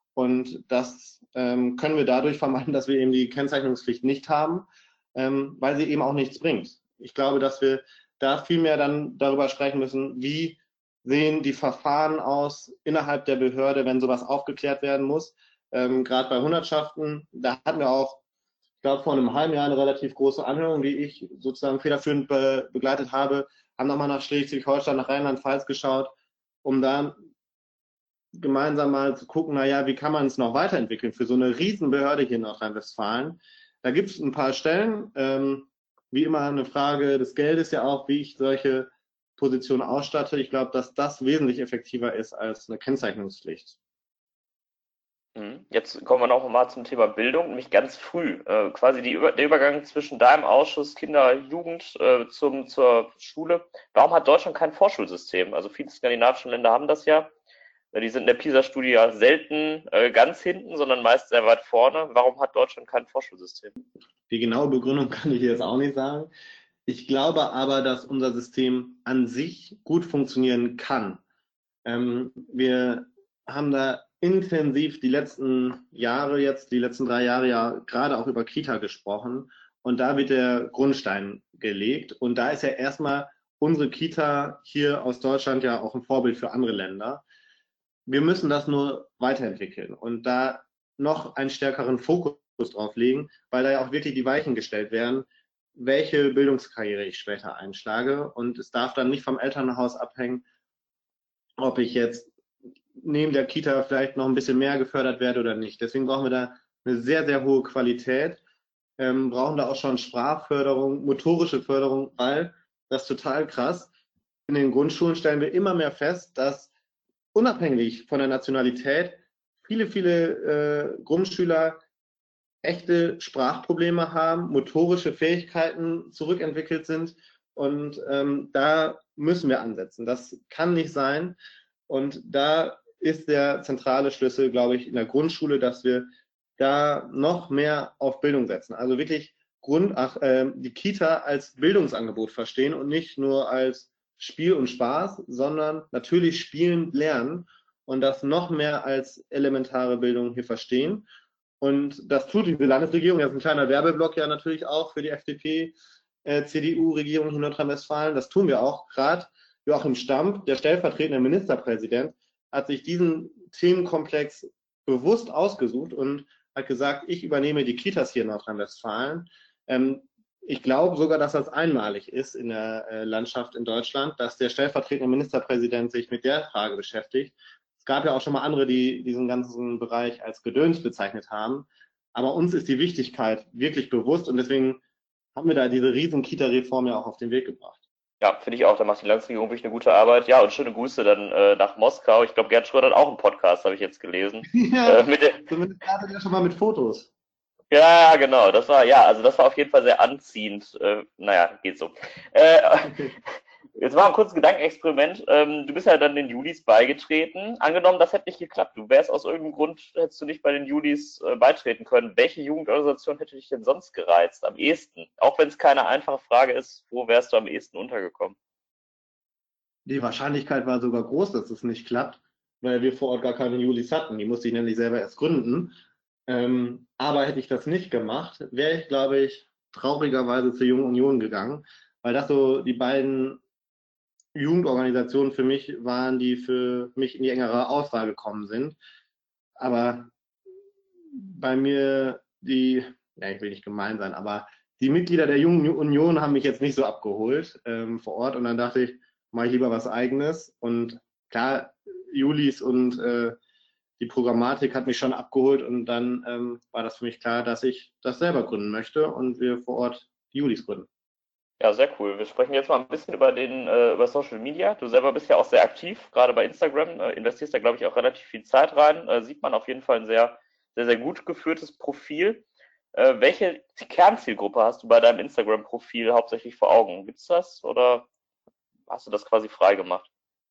Und das ähm, können wir dadurch vermeiden, dass wir eben die Kennzeichnungspflicht nicht haben, ähm, weil sie eben auch nichts bringt. Ich glaube, dass wir da viel mehr dann darüber sprechen müssen, wie sehen die Verfahren aus innerhalb der Behörde, wenn sowas aufgeklärt werden muss. Ähm, Gerade bei Hundertschaften, da hatten wir auch, ich glaube, vor einem halben Jahr eine relativ große Anhörung, die ich sozusagen federführend be begleitet habe, haben nochmal nach Schleswig-Holstein, nach Rheinland-Pfalz geschaut, um da gemeinsam mal zu gucken, naja, wie kann man es noch weiterentwickeln für so eine Riesenbehörde hier in Nordrhein-Westfalen. Da gibt es ein paar Stellen, ähm, wie immer eine Frage des Geldes ja auch, wie ich solche Positionen ausstatte. Ich glaube, dass das wesentlich effektiver ist als eine Kennzeichnungspflicht. Mhm. Jetzt kommen wir noch mal zum Thema Bildung, nämlich ganz früh. Äh, quasi die Über der Übergang zwischen deinem Ausschuss Kinder, Jugend äh, zum, zur Schule. Warum hat Deutschland kein Vorschulsystem? Also viele skandinavische Länder haben das ja. Äh, Die sind in der PISA-Studie ja selten äh, ganz hinten, sondern meist sehr weit vorne. Warum hat Deutschland kein Vorschulsystem? Die genaue Begründung kann ich jetzt auch nicht sagen. Ich glaube aber, dass unser System an sich gut funktionieren kann. Ähm, wir haben da intensiv die letzten Jahre jetzt, die letzten drei Jahre ja gerade auch über Kita gesprochen. Und da wird der Grundstein gelegt. Und da ist ja erstmal unsere Kita hier aus Deutschland ja auch ein Vorbild für andere Länder. Wir müssen das nur weiterentwickeln und da noch einen stärkeren Fokus drauf legen, weil da ja auch wirklich die Weichen gestellt werden, welche Bildungskarriere ich später einschlage. Und es darf dann nicht vom Elternhaus abhängen, ob ich jetzt neben der Kita vielleicht noch ein bisschen mehr gefördert werde oder nicht. Deswegen brauchen wir da eine sehr, sehr hohe Qualität, ähm, brauchen da auch schon Sprachförderung, motorische Förderung, weil das ist total krass. In den Grundschulen stellen wir immer mehr fest, dass unabhängig von der Nationalität viele, viele äh, Grundschüler echte Sprachprobleme haben, motorische Fähigkeiten zurückentwickelt sind. Und ähm, da müssen wir ansetzen. Das kann nicht sein. Und da ist der zentrale Schlüssel, glaube ich, in der Grundschule, dass wir da noch mehr auf Bildung setzen. Also wirklich Grund, ach, äh, die Kita als Bildungsangebot verstehen und nicht nur als Spiel und Spaß, sondern natürlich spielen, lernen und das noch mehr als elementare Bildung hier verstehen. Und das tut diese Landesregierung, das ist ein kleiner Werbeblock ja natürlich auch für die F D P, äh, C D U-Regierung hier in Nordrhein-Westfalen. Das tun wir auch. Gerade Joachim Stamp, der stellvertretende Ministerpräsident, hat sich diesen Themenkomplex bewusst ausgesucht und hat gesagt, ich übernehme die Kitas hier in Nordrhein-Westfalen. Ähm, ich glaube sogar, dass das einmalig ist in der äh, Landschaft in Deutschland, dass der stellvertretende Ministerpräsident sich mit der Frage beschäftigt. Es gab ja auch schon mal andere, die diesen ganzen Bereich als Gedöns bezeichnet haben. Aber uns ist die Wichtigkeit wirklich bewusst und deswegen haben wir da diese riesen Kita-Reform ja auch auf den Weg gebracht. Ja, finde ich auch. Da macht die Landesregierung wirklich eine gute Arbeit. Ja, und schöne Grüße dann äh, nach Moskau. Ich glaube, Gerd Schröder hat auch einen Podcast, habe ich jetzt gelesen. Ja, Äh, mit der, zumindest startet er schon mal mit Fotos. ja, genau. Das war, ja, also das war auf jeden Fall sehr anziehend. Äh, naja, geht so. Äh, Jetzt war ein kurzes Gedankenexperiment. Ähm, du bist ja dann den Julis beigetreten. Angenommen, das hätte nicht geklappt. Du wärst aus irgendeinem Grund, hättest du nicht bei den Julis äh, beitreten können. Welche Jugendorganisation hätte dich denn sonst gereizt? Am ehesten? Auch wenn es keine einfache Frage ist, wo wärst du am ehesten untergekommen? Die Wahrscheinlichkeit war sogar groß, dass es nicht klappt, weil wir vor Ort gar keine Julis hatten. Die musste ich nämlich selber erst gründen. Ähm, aber hätte ich das nicht gemacht, wäre ich, glaube ich, traurigerweise zur Jungen Union gegangen, weil das so die beiden Jugendorganisationen für mich waren, die für mich in die engere Auswahl gekommen sind. Aber bei mir die, ja, ich will nicht gemein sein, aber die Mitglieder der Jungen Union haben mich jetzt nicht so abgeholt ähm, vor Ort und dann dachte ich, mache ich lieber was Eigenes und klar, Julis und äh, die Programmatik hat mich schon abgeholt und dann ähm, war das für mich klar, dass ich das selber gründen möchte und wir vor Ort die Julis gründen. Ja, sehr cool. Wir sprechen jetzt mal ein bisschen über den, äh, über Social Media. Du selber bist ja auch sehr aktiv, gerade bei Instagram, äh, investierst da, glaube ich, auch relativ viel Zeit rein. Äh, sieht man auf jeden Fall ein sehr, sehr, sehr gut geführtes Profil. Äh, welche Kernzielgruppe hast du bei deinem Instagram-Profil hauptsächlich vor Augen? Gibt's das oder hast du das quasi frei gemacht?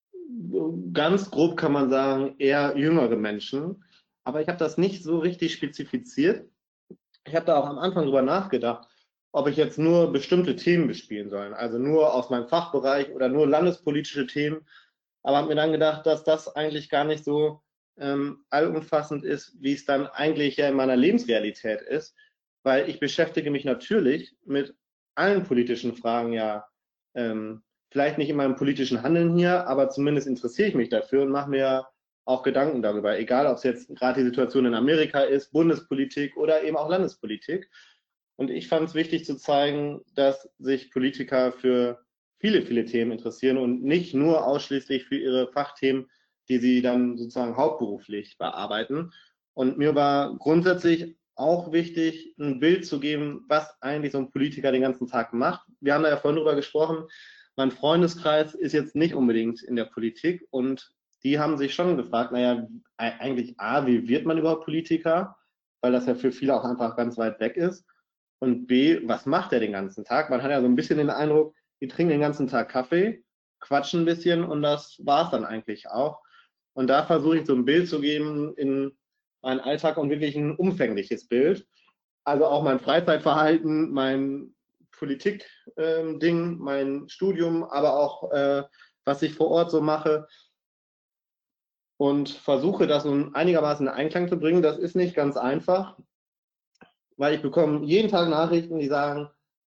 Ganz grob kann man sagen, eher jüngere Menschen, aber ich habe das nicht so richtig spezifiziert. Ich habe da auch am Anfang drüber nachgedacht, ob ich jetzt nur bestimmte Themen bespielen soll, also nur aus meinem Fachbereich oder nur landespolitische Themen. Aber habe mir dann gedacht, dass das eigentlich gar nicht so ähm, allumfassend ist, wie es dann eigentlich ja in meiner Lebensrealität ist, weil ich beschäftige mich natürlich mit allen politischen Fragen ja, ähm, vielleicht nicht in meinem politischen Handeln hier, aber zumindest interessiere ich mich dafür und mache mir auch Gedanken darüber, egal ob es jetzt gerade die Situation in Amerika ist, Bundespolitik oder eben auch Landespolitik. Und ich fand es wichtig zu zeigen, dass sich Politiker für viele, viele Themen interessieren und nicht nur ausschließlich für ihre Fachthemen, die sie dann sozusagen hauptberuflich bearbeiten. Und mir war grundsätzlich auch wichtig, ein Bild zu geben, was eigentlich so ein Politiker den ganzen Tag macht. Wir haben da ja vorhin drüber gesprochen. Mein Freundeskreis ist jetzt nicht unbedingt in der Politik und die haben sich schon gefragt, naja, eigentlich A, wie wird man überhaupt Politiker? Weil das ja für viele auch einfach ganz weit weg ist. Und B, was macht er den ganzen Tag? Man hat ja so ein bisschen den Eindruck, die trinken den ganzen Tag Kaffee, quatschen ein bisschen und das war es dann eigentlich auch. Und da versuche ich so ein Bild zu geben in meinen Alltag und wirklich ein umfängliches Bild. Also auch mein Freizeitverhalten, mein Politik-Ding, ähm, mein Studium, aber auch äh, was ich vor Ort so mache und versuche das nun einigermaßen in Einklang zu bringen. Das ist nicht ganz einfach, weil ich bekomme jeden Tag Nachrichten, die sagen,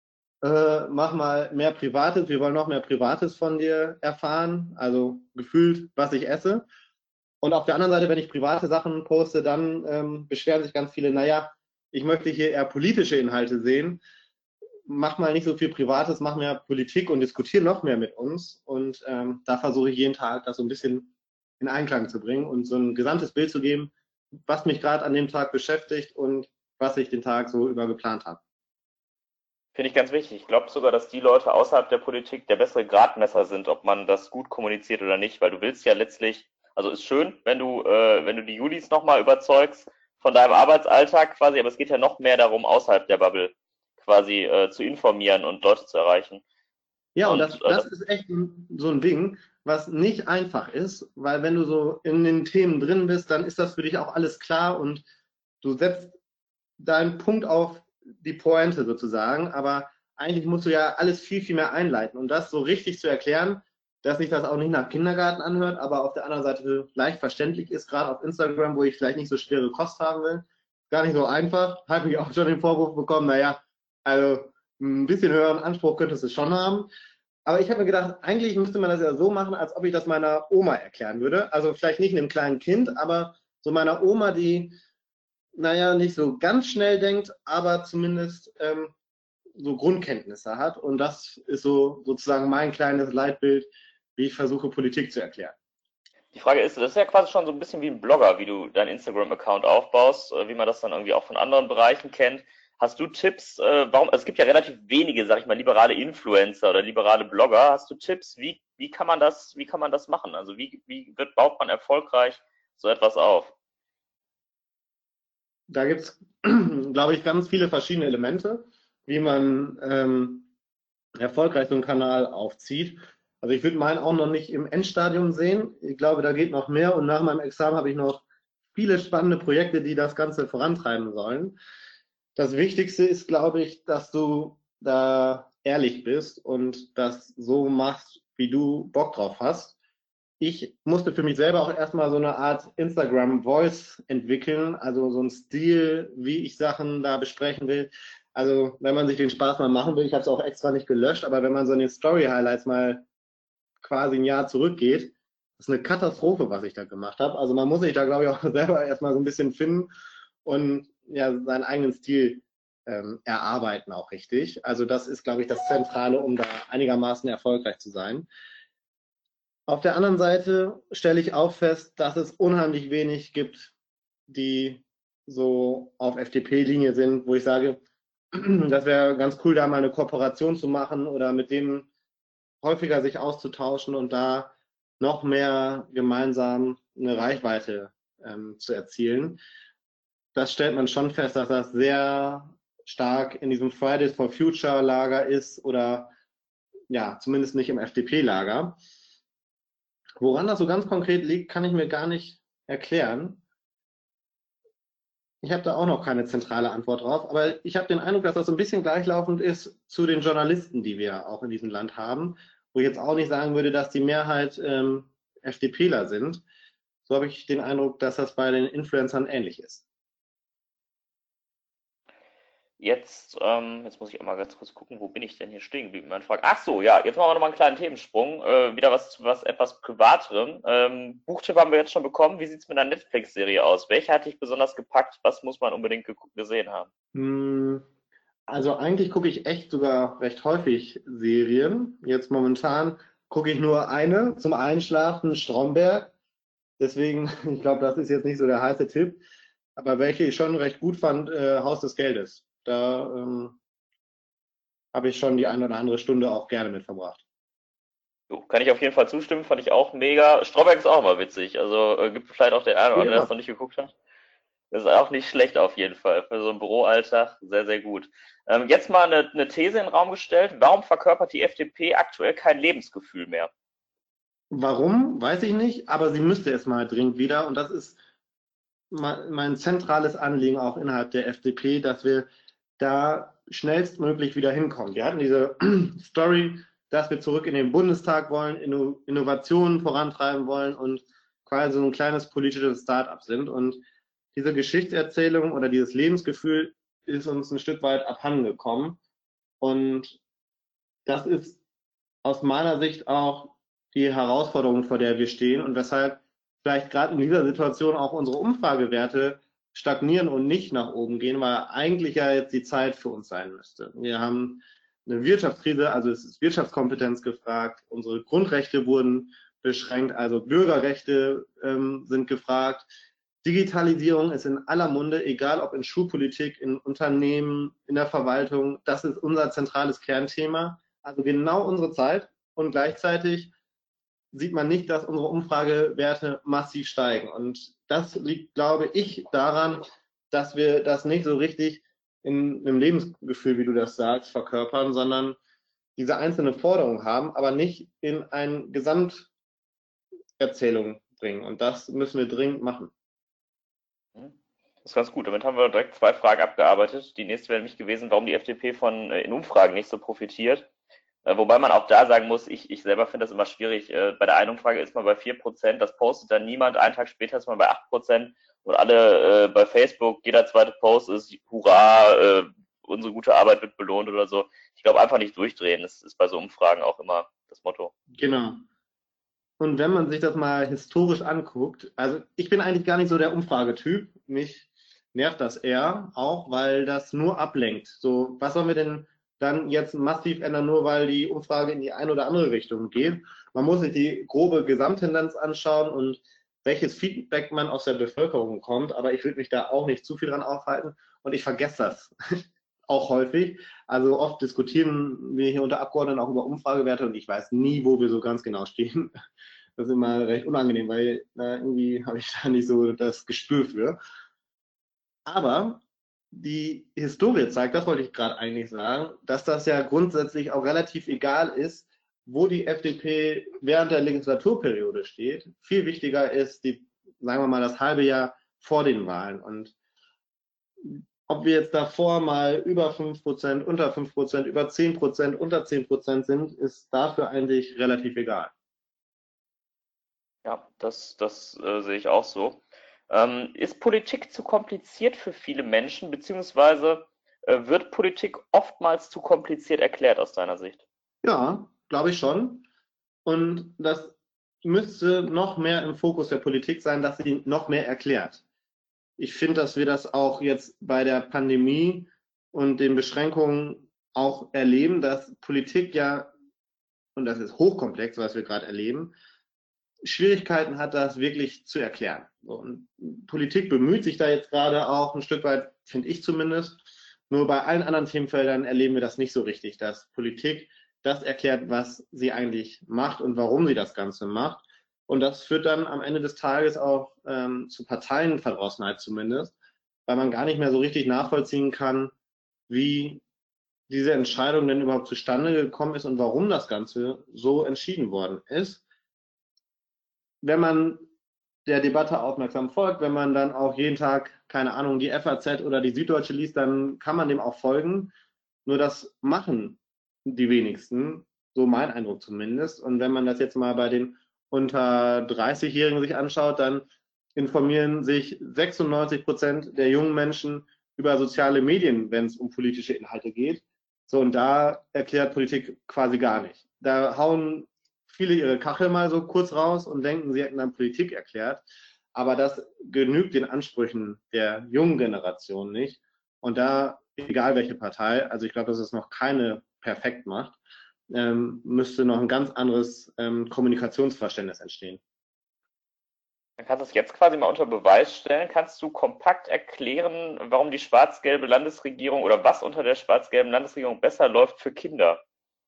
äh, mach mal mehr Privates, wir wollen noch mehr Privates von dir erfahren, also gefühlt, was ich esse. Und auf der anderen Seite, wenn ich private Sachen poste, dann ähm, beschweren sich ganz viele, naja, ich möchte hier eher politische Inhalte sehen. Mach mal nicht so viel Privates, mach mehr Politik und diskutiere noch mehr mit uns. Und ähm, da versuche ich jeden Tag, das so ein bisschen in Einklang zu bringen und so ein gesamtes Bild zu geben, was mich gerade an dem Tag beschäftigt und was ich den Tag so über geplant habe. Finde ich ganz wichtig. Ich glaube sogar, dass die Leute außerhalb der Politik der bessere Gradmesser sind, ob man das gut kommuniziert oder nicht, weil du willst ja letztlich, also ist schön, wenn du, äh, wenn du die Julis nochmal überzeugst von deinem Arbeitsalltag quasi, aber es geht ja noch mehr darum, außerhalb der Bubble quasi äh, zu informieren und Leute zu erreichen. Ja, und das, Und äh, das das, ist echt so ein Ding, was nicht einfach ist, weil wenn du so in den Themen drin bist, dann ist das für dich auch alles klar und du setzt deinen Punkt auf die Pointe sozusagen, aber eigentlich musst du ja alles viel, viel mehr einleiten und das so richtig zu erklären, dass sich das auch nicht nach Kindergarten anhört, aber auf der anderen Seite leicht verständlich ist, gerade auf Instagram, wo ich vielleicht nicht so schwere Kost haben will. Gar nicht so einfach. Habe ich auch schon den Vorwurf bekommen, naja, also ein bisschen höheren Anspruch könntest du schon haben. Aber ich habe mir gedacht, eigentlich müsste man das ja so machen, als ob ich das meiner Oma erklären würde. Also vielleicht nicht einem kleinen Kind, aber so meiner Oma, die, naja, nicht so ganz schnell denkt, aber zumindest ähm, so Grundkenntnisse hat. Und das ist so sozusagen mein kleines Leitbild, wie ich versuche, Politik zu erklären. die Frage ist, das ist ja quasi schon so ein bisschen wie ein Blogger, wie du deinen Instagram-Account aufbaust, äh, wie man das dann irgendwie auch von anderen Bereichen kennt. Hast du Tipps, äh, warum, also es gibt ja relativ wenige, sag ich mal, liberale Influencer oder liberale Blogger. Hast du Tipps, wie, wie kann man das, wie kann man das machen? Also wie, wie wird, baut man erfolgreich so etwas auf? Da gibt es, glaube ich, ganz viele verschiedene Elemente, wie man ähm, erfolgreich so einen Kanal aufzieht. Also ich würde meinen auch noch nicht im Endstadium sehen. Ich glaube, da geht noch mehr und nach meinem Examen habe ich noch viele spannende Projekte, die das Ganze vorantreiben sollen. Das Wichtigste ist, glaube ich, dass du da ehrlich bist und das so machst, wie du Bock drauf hast. Ich musste für mich selber auch erstmal so eine Art Instagram Voice entwickeln, also so ein Stil, wie ich Sachen da besprechen will. Also wenn man sich den Spaß mal machen will, ich habe es auch extra nicht gelöscht, aber wenn man so eine Story Highlights mal quasi ein Jahr zurückgeht, das ist eine Katastrophe, was ich da gemacht habe. Also man muss sich da, glaube ich, auch selber erstmal so ein bisschen finden und ja, seinen eigenen Stil ähm, erarbeiten auch richtig. Also das ist, glaube ich, das Zentrale, um da einigermaßen erfolgreich zu sein. Auf der anderen Seite stelle ich auch fest, dass es unheimlich wenig gibt, die so auf F D P-Linie sind, wo ich sage, das wäre ganz cool, da mal eine Kooperation zu machen oder mit dem häufiger sich auszutauschen und da noch mehr gemeinsam eine Reichweite ähm, zu erzielen. Das stellt man schon fest, dass das sehr stark in diesem Fridays for Future Lager ist oder ja, zumindest nicht im F D P-Lager. Woran das so ganz konkret liegt, kann ich mir gar nicht erklären. Ich habe da auch noch keine zentrale Antwort drauf, aber ich habe den Eindruck, dass das so ein bisschen gleichlaufend ist zu den Journalisten, die wir auch in diesem Land haben, wo ich jetzt auch nicht sagen würde, dass die Mehrheit ähm, FDPler sind. So habe ich den Eindruck, dass das bei den Influencern ähnlich ist. Jetzt, ähm, jetzt muss ich auch mal ganz kurz gucken, wo bin ich denn hier stehen geblieben? Meine Frage. Ach so, ja, jetzt machen wir nochmal einen kleinen Themensprung. Äh, wieder was zu was etwas Privaterem. Ähm, Buchtipp haben wir jetzt schon bekommen. Wie sieht es mit einer Netflix-Serie aus? Welche hat dich besonders gepackt? Was muss man unbedingt ge gesehen haben? Hm, Also eigentlich gucke ich echt sogar recht häufig Serien. Jetzt momentan gucke ich nur eine zum Einschlafen, Stromberg. Deswegen, ich glaube, das ist jetzt nicht so der heiße Tipp. Aber welche ich schon recht gut fand, äh, Haus des Geldes. Da ähm, habe ich schon die eine oder andere Stunde auch gerne mit verbracht. Jo, kann ich auf jeden Fall zustimmen, fand ich auch mega. Stromberg ist auch mal witzig. Also äh, gibt vielleicht auch den einen oder anderen, der das Ja. noch nicht geguckt hat. Das ist auch nicht schlecht auf jeden Fall. Für so einen Büroalltag sehr, sehr gut. Ähm, jetzt mal eine, eine These in den Raum gestellt. Warum verkörpert die F D P aktuell kein Lebensgefühl mehr? Warum, weiß ich nicht, aber sie müsste es mal dringend wieder. Und das ist mein, mein zentrales Anliegen auch innerhalb der F D P, dass wir da schnellstmöglich wieder hinkommen. Wir hatten diese Story, dass wir zurück in den Bundestag wollen, Inno Innovationen vorantreiben wollen und quasi so ein kleines politisches Start-up sind. Und diese Geschichtserzählung oder dieses Lebensgefühl ist uns ein Stück weit abhandengekommen. Und das ist aus meiner Sicht auch die Herausforderung, vor der wir stehen und weshalb vielleicht gerade in dieser Situation auch unsere Umfragewerte stagnieren und nicht nach oben gehen, weil eigentlich ja jetzt die Zeit für uns sein müsste. Wir haben eine Wirtschaftskrise, also es ist Wirtschaftskompetenz gefragt, unsere Grundrechte wurden beschränkt, also Bürgerrechte ähm, sind gefragt. Digitalisierung ist in aller Munde, egal ob in Schulpolitik, in Unternehmen, in der Verwaltung. Das ist unser zentrales Kernthema. Also genau unsere Zeit. Und gleichzeitig sieht man nicht, dass unsere Umfragewerte massiv steigen. Und das liegt, glaube ich, daran, dass wir das nicht so richtig in einem Lebensgefühl, wie du das sagst, verkörpern, sondern diese einzelne Forderung haben, aber nicht in eine Gesamterzählung bringen. Und das müssen wir dringend machen. Hm? Das ist ganz gut. Damit haben wir direkt zwei Fragen abgearbeitet. Die nächste wäre nämlich gewesen, warum die F D P von äh, in Umfragen nicht so profitiert. Äh, wobei man auch da sagen muss, ich, ich selber finde das immer schwierig. Äh, bei der einen Umfrage ist man bei vier Prozent, das postet dann niemand. Einen Tag später ist man bei acht Prozent und alle äh, bei Facebook, jeder zweite Post ist Hurra, äh, unsere gute Arbeit wird belohnt oder so. Ich glaube, einfach nicht durchdrehen. Das ist bei so Umfragen auch immer das Motto. Genau. Und wenn man sich das mal historisch anguckt, also ich bin eigentlich gar nicht so der Umfragetyp. Mich nervt das eher, auch weil das nur ablenkt. So, was sollen wir denn dann jetzt massiv ändern, nur weil die Umfrage in die eine oder andere Richtung geht? Man muss sich die grobe Gesamttendenz anschauen und welches Feedback man aus der Bevölkerung bekommt. Aber ich würde mich da auch nicht zu viel dran aufhalten und ich vergesse das auch häufig. Also oft diskutieren wir hier unter Abgeordneten auch über Umfragewerte und ich weiß nie, wo wir so ganz genau stehen. Das ist immer recht unangenehm, weil na, irgendwie habe ich da nicht so das Gespür für. Aber die Historie zeigt, das wollte ich gerade eigentlich sagen, dass das ja grundsätzlich auch relativ egal ist, wo die F D P während der Legislaturperiode steht. Viel wichtiger ist, die, sagen wir mal, das halbe Jahr vor den Wahlen. Und ob wir jetzt davor mal über fünf Prozent, unter fünf Prozent, über zehn Prozent, unter zehn Prozent sind, ist dafür eigentlich relativ egal. Ja, das, das äh, sehe ich auch so. Ähm, ist Politik zu kompliziert für viele Menschen, beziehungsweise äh, wird Politik oftmals zu kompliziert erklärt aus deiner Sicht? Ja, glaube ich schon. Und das müsste noch mehr im Fokus der Politik sein, dass sie noch mehr erklärt. Ich finde, dass wir das auch jetzt bei der Pandemie und den Beschränkungen auch erleben, dass Politik ja, und das ist hochkomplex, was wir gerade erleben, Schwierigkeiten hat, das wirklich zu erklären. Und Politik bemüht sich da jetzt gerade auch ein Stück weit, finde ich zumindest. Nur bei allen anderen Themenfeldern erleben wir das nicht so richtig, dass Politik das erklärt, was sie eigentlich macht und warum sie das Ganze macht. Und das führt dann am Ende des Tages auch ähm, zu Parteienverdrossenheit zumindest, weil man gar nicht mehr so richtig nachvollziehen kann, wie diese Entscheidung denn überhaupt zustande gekommen ist und warum das Ganze so entschieden worden ist. Wenn man der Debatte aufmerksam folgt, wenn man dann auch jeden Tag, keine Ahnung, die F A Z oder die Süddeutsche liest, dann kann man dem auch folgen. Nur das machen die wenigsten, so mein Eindruck zumindest. Und wenn man das jetzt mal bei den unter dreißig-Jährigen sich anschaut, dann informieren sich sechsundneunzig Prozent der jungen Menschen über soziale Medien, wenn es um politische Inhalte geht. So, und da erklärt Politik quasi gar nicht. Da hauen viele ihre Kachel mal so kurz raus und denken, sie hätten dann Politik erklärt. Aber das genügt den Ansprüchen der jungen Generation nicht. Und da, egal welche Partei, also ich glaube, dass es noch keine perfekt macht, ähm, müsste noch ein ganz anderes ähm, Kommunikationsverständnis entstehen. Dann kannst du es jetzt quasi mal unter Beweis stellen. Kannst du kompakt erklären, warum die schwarz-gelbe Landesregierung oder was unter der schwarz-gelben Landesregierung besser läuft für Kinder?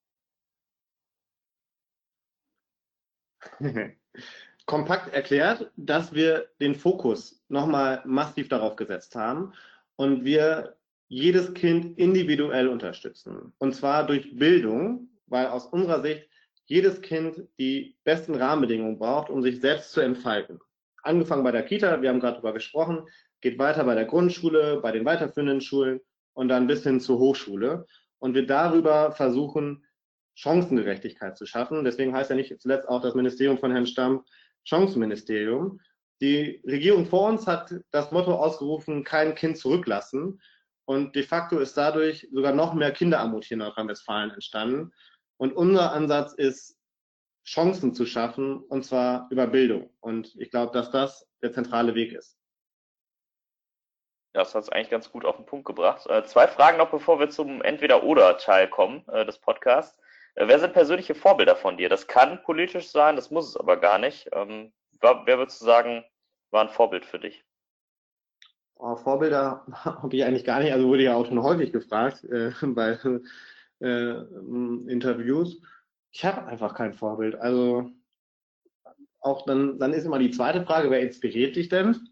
Kompakt erklärt, dass wir den Fokus nochmal massiv darauf gesetzt haben und wir jedes Kind individuell unterstützen. Und zwar durch Bildung, weil aus unserer Sicht jedes Kind die besten Rahmenbedingungen braucht, um sich selbst zu entfalten. Angefangen bei der Kita, wir haben gerade darüber gesprochen, geht weiter bei der Grundschule, bei den weiterführenden Schulen und dann bis hin zur Hochschule. Und wir darüber versuchen, Chancengerechtigkeit zu schaffen. Deswegen heißt ja nicht zuletzt auch das Ministerium von Herrn Stamm Chancenministerium. Die Regierung vor uns hat das Motto ausgerufen, kein Kind zurücklassen. Und de facto ist dadurch sogar noch mehr Kinderarmut hier in Nordrhein-Westfalen entstanden. Und unser Ansatz ist, Chancen zu schaffen, und zwar über Bildung. Und ich glaube, dass das der zentrale Weg ist. Ja, das hat es eigentlich ganz gut auf den Punkt gebracht. Äh, zwei Fragen noch, bevor wir zum Entweder-Oder-Teil kommen äh, des Podcasts. Äh, wer sind persönliche Vorbilder von dir? Das kann politisch sein, das muss es aber gar nicht. Ähm, wer, wer würdest du sagen, war ein Vorbild für dich? Oh, Vorbilder habe ich eigentlich gar nicht, also wurde ja auch schon häufig gefragt äh, bei äh, Interviews. Ich habe einfach kein Vorbild. Also auch dann, dann ist immer die zweite Frage, wer inspiriert dich denn?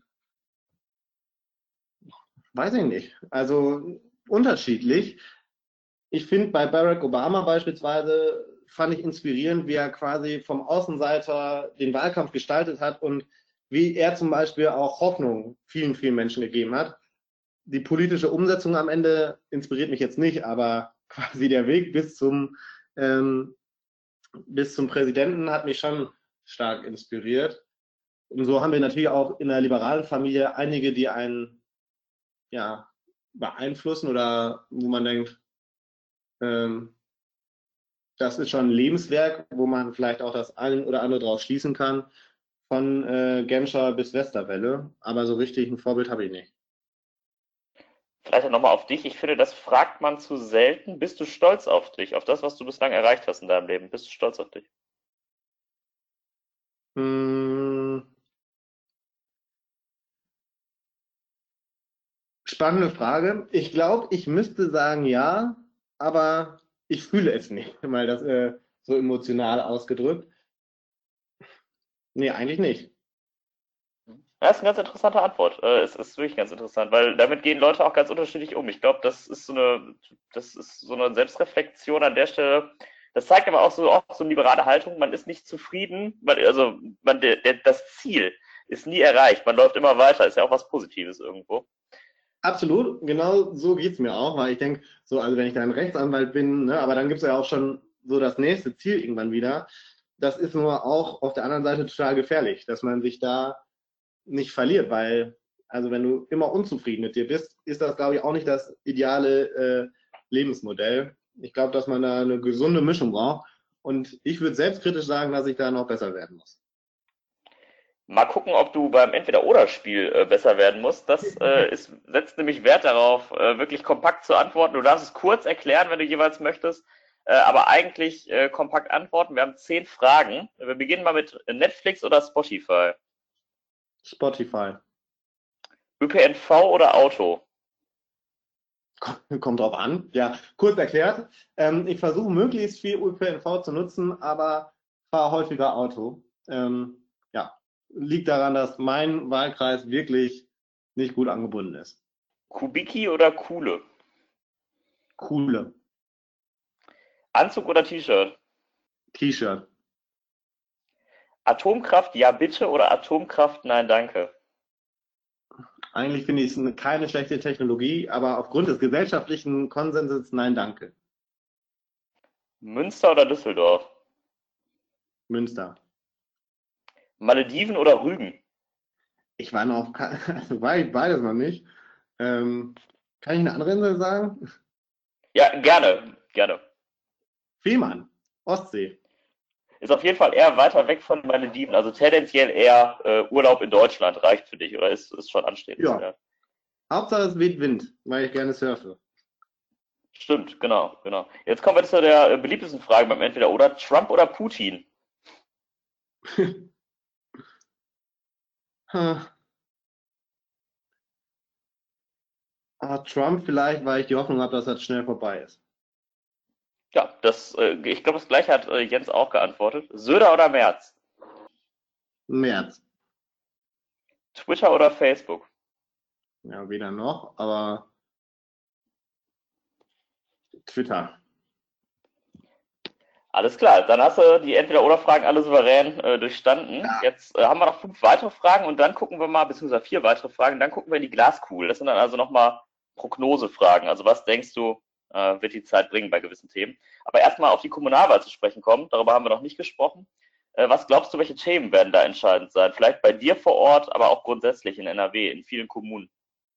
Weiß ich nicht. Also unterschiedlich. Ich finde bei Barack Obama beispielsweise, fand ich inspirierend, wie er quasi vom Außenseiter den Wahlkampf gestaltet hat und wie er zum Beispiel auch Hoffnung vielen, vielen Menschen gegeben hat. Die politische Umsetzung am Ende inspiriert mich jetzt nicht, aber quasi der Weg bis zum, ähm, bis zum Präsidenten hat mich schon stark inspiriert. Und so haben wir natürlich auch in der liberalen Familie einige, die einen ja, beeinflussen oder wo man denkt, ähm, das ist schon ein Lebenswerk, wo man vielleicht auch das ein oder andere draus schließen kann, von äh, Genscher bis Westerwelle. Aber so richtig ein Vorbild habe ich nicht. Vielleicht nochmal auf dich. Ich finde, das fragt man zu selten. Bist du stolz auf dich, auf das, was du bislang erreicht hast in deinem Leben? Bist du stolz auf dich? Hm, spannende Frage. Ich glaube, ich müsste sagen ja, aber ich fühle es nicht, mal das äh, so emotional ausgedrückt. Nee, eigentlich nicht. Ja, das ist eine ganz interessante Antwort. Äh, es ist wirklich ganz interessant, weil damit gehen Leute auch ganz unterschiedlich um. Ich glaube, das ist so eine, das ist so eine Selbstreflexion an der Stelle, Das zeigt aber auch so, auch so eine liberale Haltung. Man ist nicht zufrieden, man, also man, der, der, das Ziel ist nie erreicht. Man läuft immer weiter. Ist ja auch was Positives irgendwo. Absolut, genau so geht's mir auch, weil ich denke, so, also wenn ich dann Rechtsanwalt bin, ne, aber dann gibt's ja auch schon so das nächste Ziel irgendwann wieder. Das ist nur auch auf der anderen Seite total gefährlich, dass man sich da nicht verliert, weil, also wenn du immer unzufrieden mit dir bist, ist das, glaube ich, auch nicht das ideale äh, Lebensmodell. Ich glaube, dass man da eine gesunde Mischung braucht. Und ich würde selbstkritisch sagen, dass ich da noch besser werden muss. Mal gucken, ob du beim Entweder-Oder-Spiel äh, besser werden musst. Das äh, ist, setzt nämlich Wert darauf, äh, wirklich kompakt zu antworten. Du darfst es kurz erklären, wenn du jeweils möchtest, äh, aber eigentlich äh, kompakt antworten. Wir haben zehn Fragen. Wir beginnen mal mit Netflix oder Spotify. Spotify. Ö P N V oder Auto? Kommt drauf an. Ja, kurz erklärt. Ähm, ich versuche möglichst viel Ö P N V zu nutzen, aber fahre häufiger Auto. Ähm, ja, liegt daran, dass mein Wahlkreis wirklich nicht gut angebunden ist. Kubicki oder Kuhle? Coole Anzug oder T-Shirt? T-Shirt. Atomkraft, ja bitte oder Atomkraft, nein danke? Eigentlich finde ich es keine schlechte Technologie, aber aufgrund des gesellschaftlichen Konsenses, nein, danke. Münster oder Düsseldorf? Münster. Malediven oder Rügen? Ich war noch, also war ich beides noch nicht. Ähm, kann ich eine andere Insel sagen? Ja, gerne, gerne. Fehmarn, Ostsee. Ist auf jeden Fall eher weiter weg von Malediven. Also tendenziell eher äh, Urlaub in Deutschland reicht für dich, oder ist, ist schon anstehend? Ja, Ja. Hauptsache es weht Wind, weil ich gerne surfe. Stimmt, genau, genau. Jetzt kommen wir zu der äh, beliebtesten Frage beim Entweder-Oder. Trump oder Putin? Ah, Trump vielleicht, weil ich die Hoffnung habe, dass das schnell vorbei ist. Ja, das, äh, ich glaube, das gleiche hat äh, Jens auch geantwortet. Söder oder Merz? März. Twitter oder Facebook? Ja, weder noch, aber Twitter. Alles klar, dann hast du die Entweder-Oder-Fragen alle souverän äh, durchstanden. Jetzt äh, haben wir noch fünf weitere Fragen und dann gucken wir mal, beziehungsweise vier weitere Fragen, dann gucken wir in die Glaskugel. Das sind dann also nochmal Prognosefragen. Also was denkst du, äh, wird die Zeit bringen bei gewissen Themen? Aber erstmal auf die Kommunalwahl zu sprechen kommen, darüber haben wir noch nicht gesprochen. Äh, was glaubst du, welche Themen werden da entscheidend sein? Vielleicht bei dir vor Ort, aber auch grundsätzlich in N R W, in vielen Kommunen.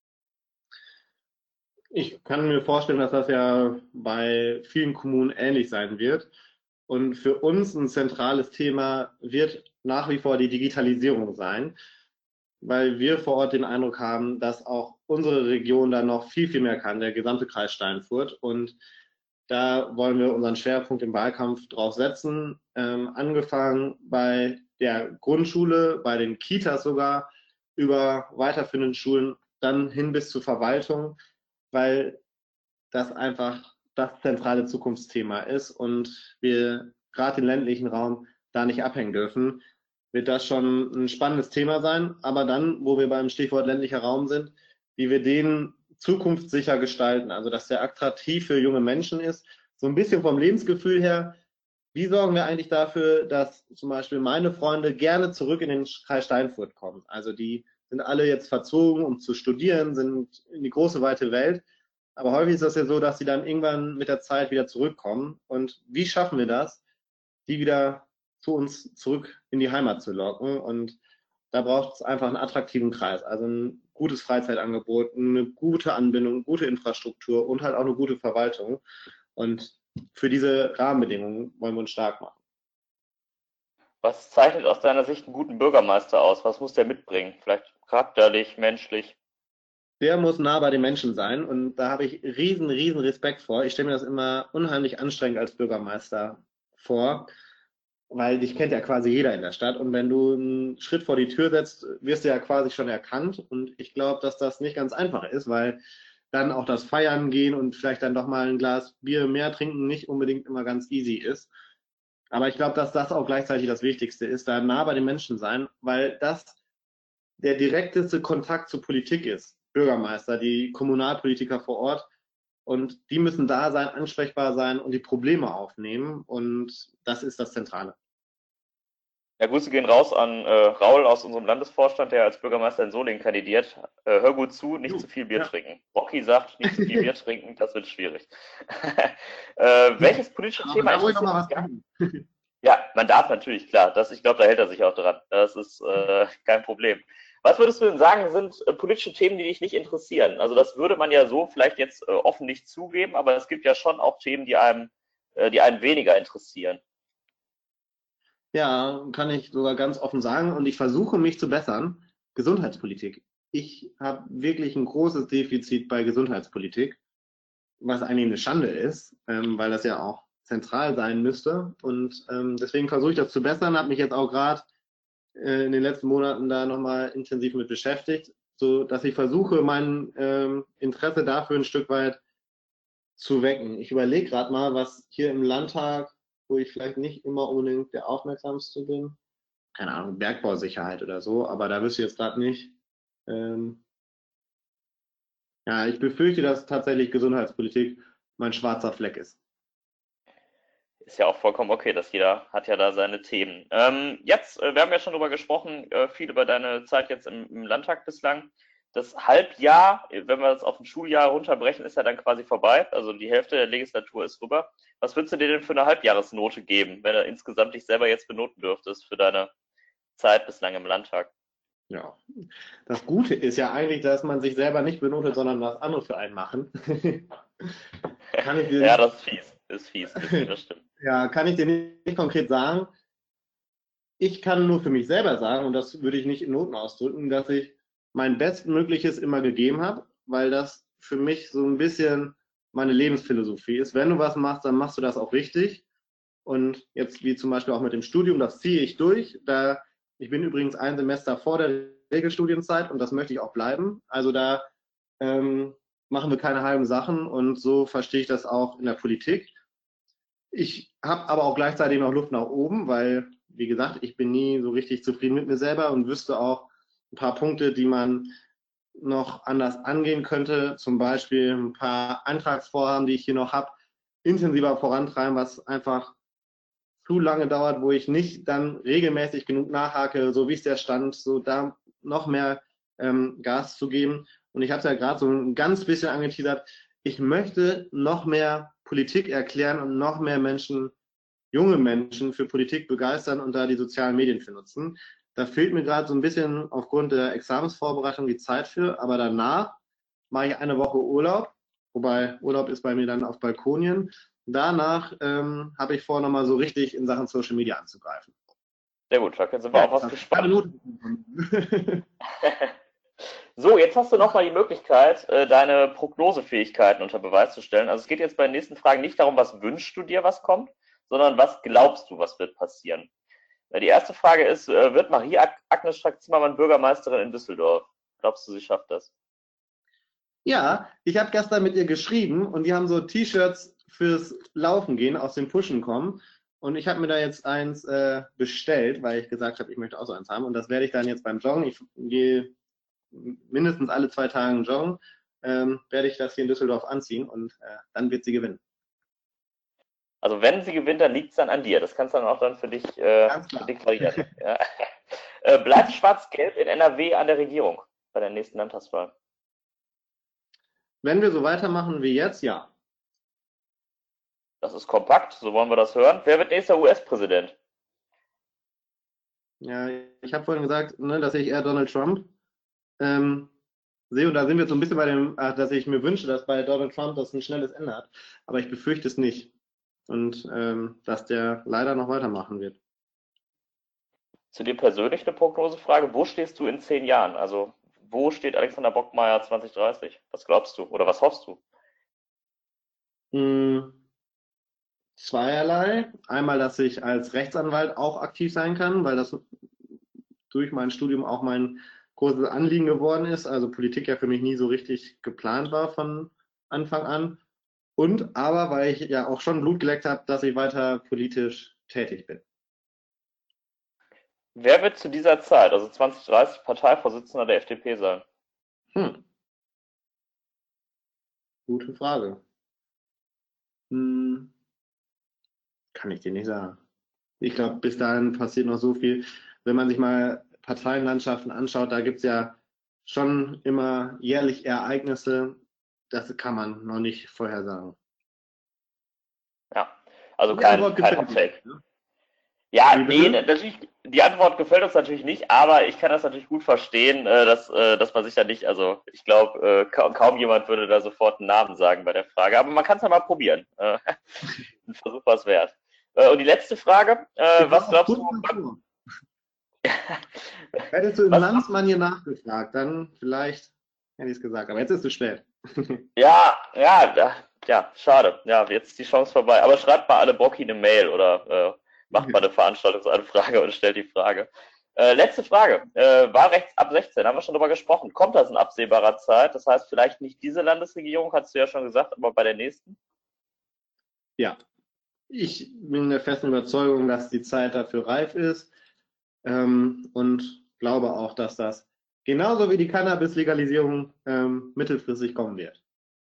Ich kann mir vorstellen, dass das ja bei vielen Kommunen ähnlich sein wird. Und für uns ein zentrales Thema wird nach wie vor die Digitalisierung sein, weil wir vor Ort den Eindruck haben, dass auch unsere Region da noch viel, viel mehr kann, der gesamte Kreis Steinfurt. Und da wollen wir unseren Schwerpunkt im Wahlkampf drauf setzen, ähm, angefangen bei der Grundschule, bei den Kitas sogar, über weiterführenden Schulen, dann hin bis zur Verwaltung, weil das einfach das zentrale Zukunftsthema ist und wir gerade im ländlichen Raum da nicht abhängen dürfen, wird das schon ein spannendes Thema sein. Aber dann, wo wir beim Stichwort ländlicher Raum sind, wie wir den zukunftssicher gestalten, also dass der attraktiv für junge Menschen ist, so ein bisschen vom Lebensgefühl her. Wie sorgen wir eigentlich dafür, dass zum Beispiel meine Freunde gerne zurück in den Kreis Steinfurt kommen? Also die sind alle jetzt verzogen, um zu studieren, sind in die große weite Welt. Aber häufig ist das ja so, dass sie dann irgendwann mit der Zeit wieder zurückkommen. Und wie schaffen wir das, die wieder zu uns zurück in die Heimat zu locken? Und da braucht es einfach einen attraktiven Kreis, also ein gutes Freizeitangebot, eine gute Anbindung, gute Infrastruktur und halt auch eine gute Verwaltung. Und für diese Rahmenbedingungen wollen wir uns stark machen. Was zeichnet aus deiner Sicht einen guten Bürgermeister aus? Was muss der mitbringen? Vielleicht charakterlich, menschlich? Der muss nah bei den Menschen sein und da habe ich riesen, riesen Respekt vor. Ich stelle mir das immer unheimlich anstrengend als Bürgermeister vor, weil dich kennt ja quasi jeder in der Stadt und wenn du einen Schritt vor die Tür setzt, wirst du ja quasi schon erkannt und ich glaube, dass das nicht ganz einfach ist, weil dann auch das Feiern gehen und vielleicht dann doch mal ein Glas Bier mehr trinken nicht unbedingt immer ganz easy ist. Aber ich glaube, dass das auch gleichzeitig das Wichtigste ist, da nah bei den Menschen sein, weil das der direkteste Kontakt zur Politik ist. Bürgermeister, die Kommunalpolitiker vor Ort, Und die müssen da sein, ansprechbar sein und die Probleme aufnehmen. Und das ist das Zentrale. Ja, Grüße gehen raus an äh, Raul aus unserem Landesvorstand, der als Bürgermeister in Solingen kandidiert. Äh, hör gut zu, nicht Jo, zu viel Bier ja. trinken. Rocky sagt, nicht zu viel Bier trinken, das wird schwierig. äh, welches politische Aber Thema da wollte ich interessiert noch mal dich was gar trinken. Ja, man darf natürlich, klar. Das, ich glaube, da hält er sich auch dran. Das ist äh, kein Problem. Was würdest du denn sagen, sind äh, politische Themen, die dich nicht interessieren? Also das würde man ja so vielleicht jetzt äh, offen nicht zugeben, aber es gibt ja schon auch Themen, die einem, äh, die einen weniger interessieren. Ja, kann ich sogar ganz offen sagen. Und ich versuche mich zu bessern. Gesundheitspolitik. Ich habe wirklich ein großes Defizit bei Gesundheitspolitik, was eigentlich eine Schande ist, ähm, weil das ja auch zentral sein müsste. Und ähm, deswegen versuche ich das zu bessern, habe mich jetzt auch gerade äh, in den letzten Monaten da nochmal intensiv mit beschäftigt, so dass ich versuche, mein ähm, Interesse dafür ein Stück weit zu wecken. Ich überlege gerade mal, was hier im Landtag, wo ich vielleicht nicht immer unbedingt der Aufmerksamste bin, keine Ahnung, Bergbausicherheit oder so, aber da wüsste ich jetzt gerade nicht. Ähm, ja, ich befürchte, dass tatsächlich Gesundheitspolitik mein schwarzer Fleck ist. Ist ja auch vollkommen okay, dass jeder hat ja da seine Themen. Ähm, jetzt, äh, wir haben ja schon darüber gesprochen, äh, viel über deine Zeit jetzt im, im Landtag bislang. Das Halbjahr, äh, wenn wir das auf ein Schuljahr runterbrechen, ist ja dann quasi vorbei. Also die Hälfte der Legislatur ist rüber. Was würdest du dir denn für eine Halbjahresnote geben, wenn du insgesamt dich selber jetzt benoten dürftest für deine Zeit bislang im Landtag? Ja, das Gute ist ja eigentlich, dass man sich selber nicht benotet, sondern was andere für einen machen. Kann ich Ja, dir, das ist fies. Ist fies, bisschen, das stimmt. ja, kann ich dir nicht konkret sagen. Ich kann nur für mich selber sagen, und das würde ich nicht in Noten ausdrücken, dass ich mein Bestmögliches immer gegeben habe, weil das für mich so ein bisschen meine Lebensphilosophie ist. Wenn du was machst, dann machst du das auch richtig. Und jetzt wie zum Beispiel auch mit dem Studium, das ziehe ich durch. Da, ich bin übrigens ein Semester vor der Regelstudienzeit und das möchte ich auch bleiben. Also da ähm, machen wir keine halben Sachen und so verstehe ich das auch in der Politik. Ich habe aber auch gleichzeitig noch Luft nach oben, weil, wie gesagt, ich bin nie so richtig zufrieden mit mir selber und wüsste auch ein paar Punkte, die man noch anders angehen könnte. Zum Beispiel ein paar Antragsvorhaben, die ich hier noch habe, intensiver vorantreiben, was einfach zu lange dauert, wo ich nicht dann regelmäßig genug nachhake, so wie es der Stand, so da noch mehr ähm, Gas zu geben. Und ich habe es ja gerade so ein ganz bisschen angeteasert, ich möchte noch mehr Politik erklären und noch mehr Menschen, junge Menschen für Politik begeistern und da die sozialen Medien für nutzen. Da fehlt mir gerade so ein bisschen aufgrund der Examensvorbereitung die Zeit für, aber danach mache ich eine Woche Urlaub, wobei Urlaub ist bei mir dann auf Balkonien. Danach ähm, habe ich vor, nochmal so richtig in Sachen Social Media anzugreifen. Sehr gut, da sind wir Ja, auf jetzt was hast du eine gespannt. Note. So, jetzt hast du nochmal die Möglichkeit, äh, deine Prognosefähigkeiten unter Beweis zu stellen. Also es geht jetzt bei den nächsten Fragen nicht darum, was wünschst du dir, was kommt, sondern was glaubst du, was wird passieren. Äh, Die erste Frage ist, äh, wird Marie-Agnes Strack-Zimmermann Bürgermeisterin in Düsseldorf? Glaubst du, sie schafft das? Ja, ich habe gestern mit ihr geschrieben und die haben so T-Shirts fürs Laufen gehen aus dem Pushen kommen. Und ich habe mir da jetzt eins äh, bestellt, weil ich gesagt habe, ich möchte auch so eins haben. Und das werde ich dann jetzt beim Joggen, ich gehe mindestens alle zwei Tage joggen, ähm, werde ich das hier in Düsseldorf anziehen und äh, dann wird sie gewinnen. Also wenn sie gewinnt, dann liegt es dann an dir. Das kannst du dann auch dann für dich äh, Ganz klar. deklarieren. Ja. Äh, bleibt Schwarz-Gelb in N R W an der Regierung bei der nächsten Landtagswahl? Wenn wir so weitermachen wie jetzt, ja. Das ist kompakt, so wollen wir das hören. Wer wird nächster U S-Präsident? Ja, ich habe vorhin gesagt, ne, dass ich eher Donald Trump ähm, sehe. Und da sind wir so ein bisschen bei dem, äh, dass ich mir wünsche, dass bei Donald Trump das ein schnelles Ende hat. Aber ich befürchte es nicht. Und ähm, dass der leider noch weitermachen wird. Zu dir persönlich eine Prognosefrage. Wo stehst du in zehn Jahren? Also, wo steht Alexander Bockmeier zwanzig dreißig? Was glaubst du oder was hoffst du? Hm, zweierlei. Einmal, dass ich als Rechtsanwalt auch aktiv sein kann, weil das durch mein Studium auch mein großes Anliegen geworden ist. Also Politik ja für mich nie so richtig geplant war von Anfang an. Und aber, weil ich ja auch schon Blut geleckt habe, dass ich weiter politisch tätig bin. Wer wird zu dieser Zeit, also zwanzig dreißig, Parteivorsitzender der F D P sein? Hm, gute Frage. Hm, kann ich dir nicht sagen. Ich glaube, bis dahin passiert noch so viel. Wenn man sich mal Parteienlandschaften anschaut, da gibt es ja schon immer jährlich Ereignisse. Das kann man noch nicht vorhersagen. Ja, also Die kein, Antwort kein gefällt Hot dir. Take. Ne? Ja, Wie nee, bitte? natürlich, die Antwort gefällt uns natürlich nicht, aber ich kann das natürlich gut verstehen, äh, dass, äh, dass man sich da nicht, also ich glaube, äh, kaum, kaum jemand würde da sofort einen Namen sagen bei der Frage, aber man kann es ja mal probieren. Äh, ein Versuch was wert. Äh, und die letzte Frage, äh, Ich war was auch glaubst kurz du, davor. Hättest du im was glaubst Landsmann hier nachgefragt, dann vielleicht hätte ich es gesagt. Aber jetzt ist es spät. ja, ja, ja, ja, schade. Ja, jetzt ist die Chance vorbei. Aber schreibt mal alle Bocki eine Mail oder äh, macht mal eine Veranstaltungsanfrage und stellt die Frage. Äh, letzte Frage. Äh, Wahlrecht ab sechzehn, haben wir schon drüber gesprochen. Kommt das in absehbarer Zeit? Das heißt, vielleicht nicht diese Landesregierung, hast du ja schon gesagt, aber bei der nächsten? Ja, ich bin der festen Überzeugung, dass die Zeit dafür reif ist ähm, und glaube auch, dass das genauso wie die Cannabis-Legalisierung ähm, mittelfristig kommen wird.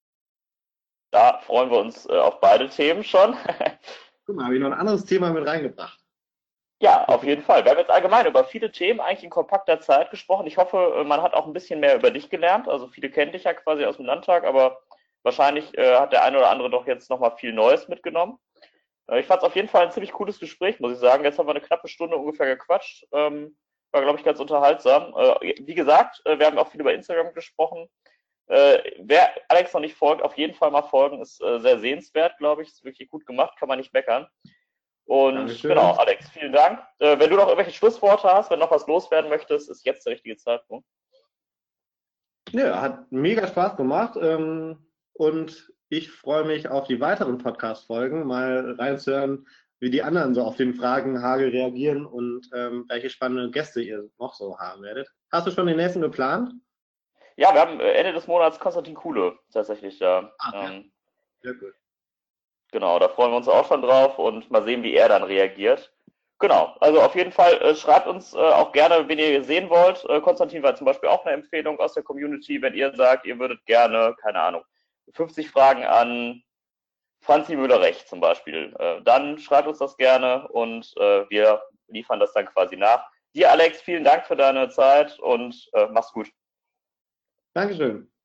Da freuen wir uns äh, auf beide Themen schon. Guck mal, habe ich noch ein anderes Thema mit reingebracht. Ja, auf jeden Fall. Wir haben jetzt allgemein über viele Themen eigentlich in kompakter Zeit gesprochen. Ich hoffe, äh, man hat auch ein bisschen mehr über dich gelernt. Also viele kennen dich ja quasi aus dem Landtag, aber wahrscheinlich äh, hat der eine oder andere doch jetzt nochmal viel Neues mitgenommen. Äh, ich fand es auf jeden Fall ein ziemlich cooles Gespräch, muss ich sagen. Jetzt haben wir eine knappe Stunde ungefähr gequatscht. Ähm, war, glaube ich, ganz unterhaltsam. Äh, wie gesagt, äh, wir haben auch viel über Instagram gesprochen. Äh, wer Alex noch nicht folgt, auf jeden Fall mal folgen. Ist äh, sehr sehenswert, glaube ich. Ist wirklich gut gemacht, kann man nicht meckern. Und genau, Dankeschön. Alex, vielen Dank. Äh, wenn du noch irgendwelche Schlussworte hast, wenn noch was loswerden möchtest, ist jetzt der richtige Zeitpunkt. Ja, hat mega Spaß gemacht ähm, und ich freue mich auf die weiteren Podcast-Folgen, mal reinzuhören, wie die anderen so auf den Fragenhagel reagieren und ähm, welche spannenden Gäste ihr noch so haben werdet. Hast du schon den nächsten geplant? Ja, wir haben äh, Ende des Monats Konstantin Kuhle tatsächlich da. Ah, ja, Ähm, sehr gut. genau, da freuen wir uns auch schon drauf und mal sehen, wie er dann reagiert. Genau, also auf jeden Fall äh, schreibt uns äh, auch gerne, wen ihr sehen wollt. Äh, Konstantin war zum Beispiel auch eine Empfehlung aus der Community, wenn ihr sagt, ihr würdet gerne, keine Ahnung, fünfzig Fragen an Franzi Müller-Recht zum Beispiel. Äh, dann schreibt uns das gerne und äh, wir liefern das dann quasi nach. Dir, Alex, vielen Dank für deine Zeit und äh, mach's gut. Dankeschön.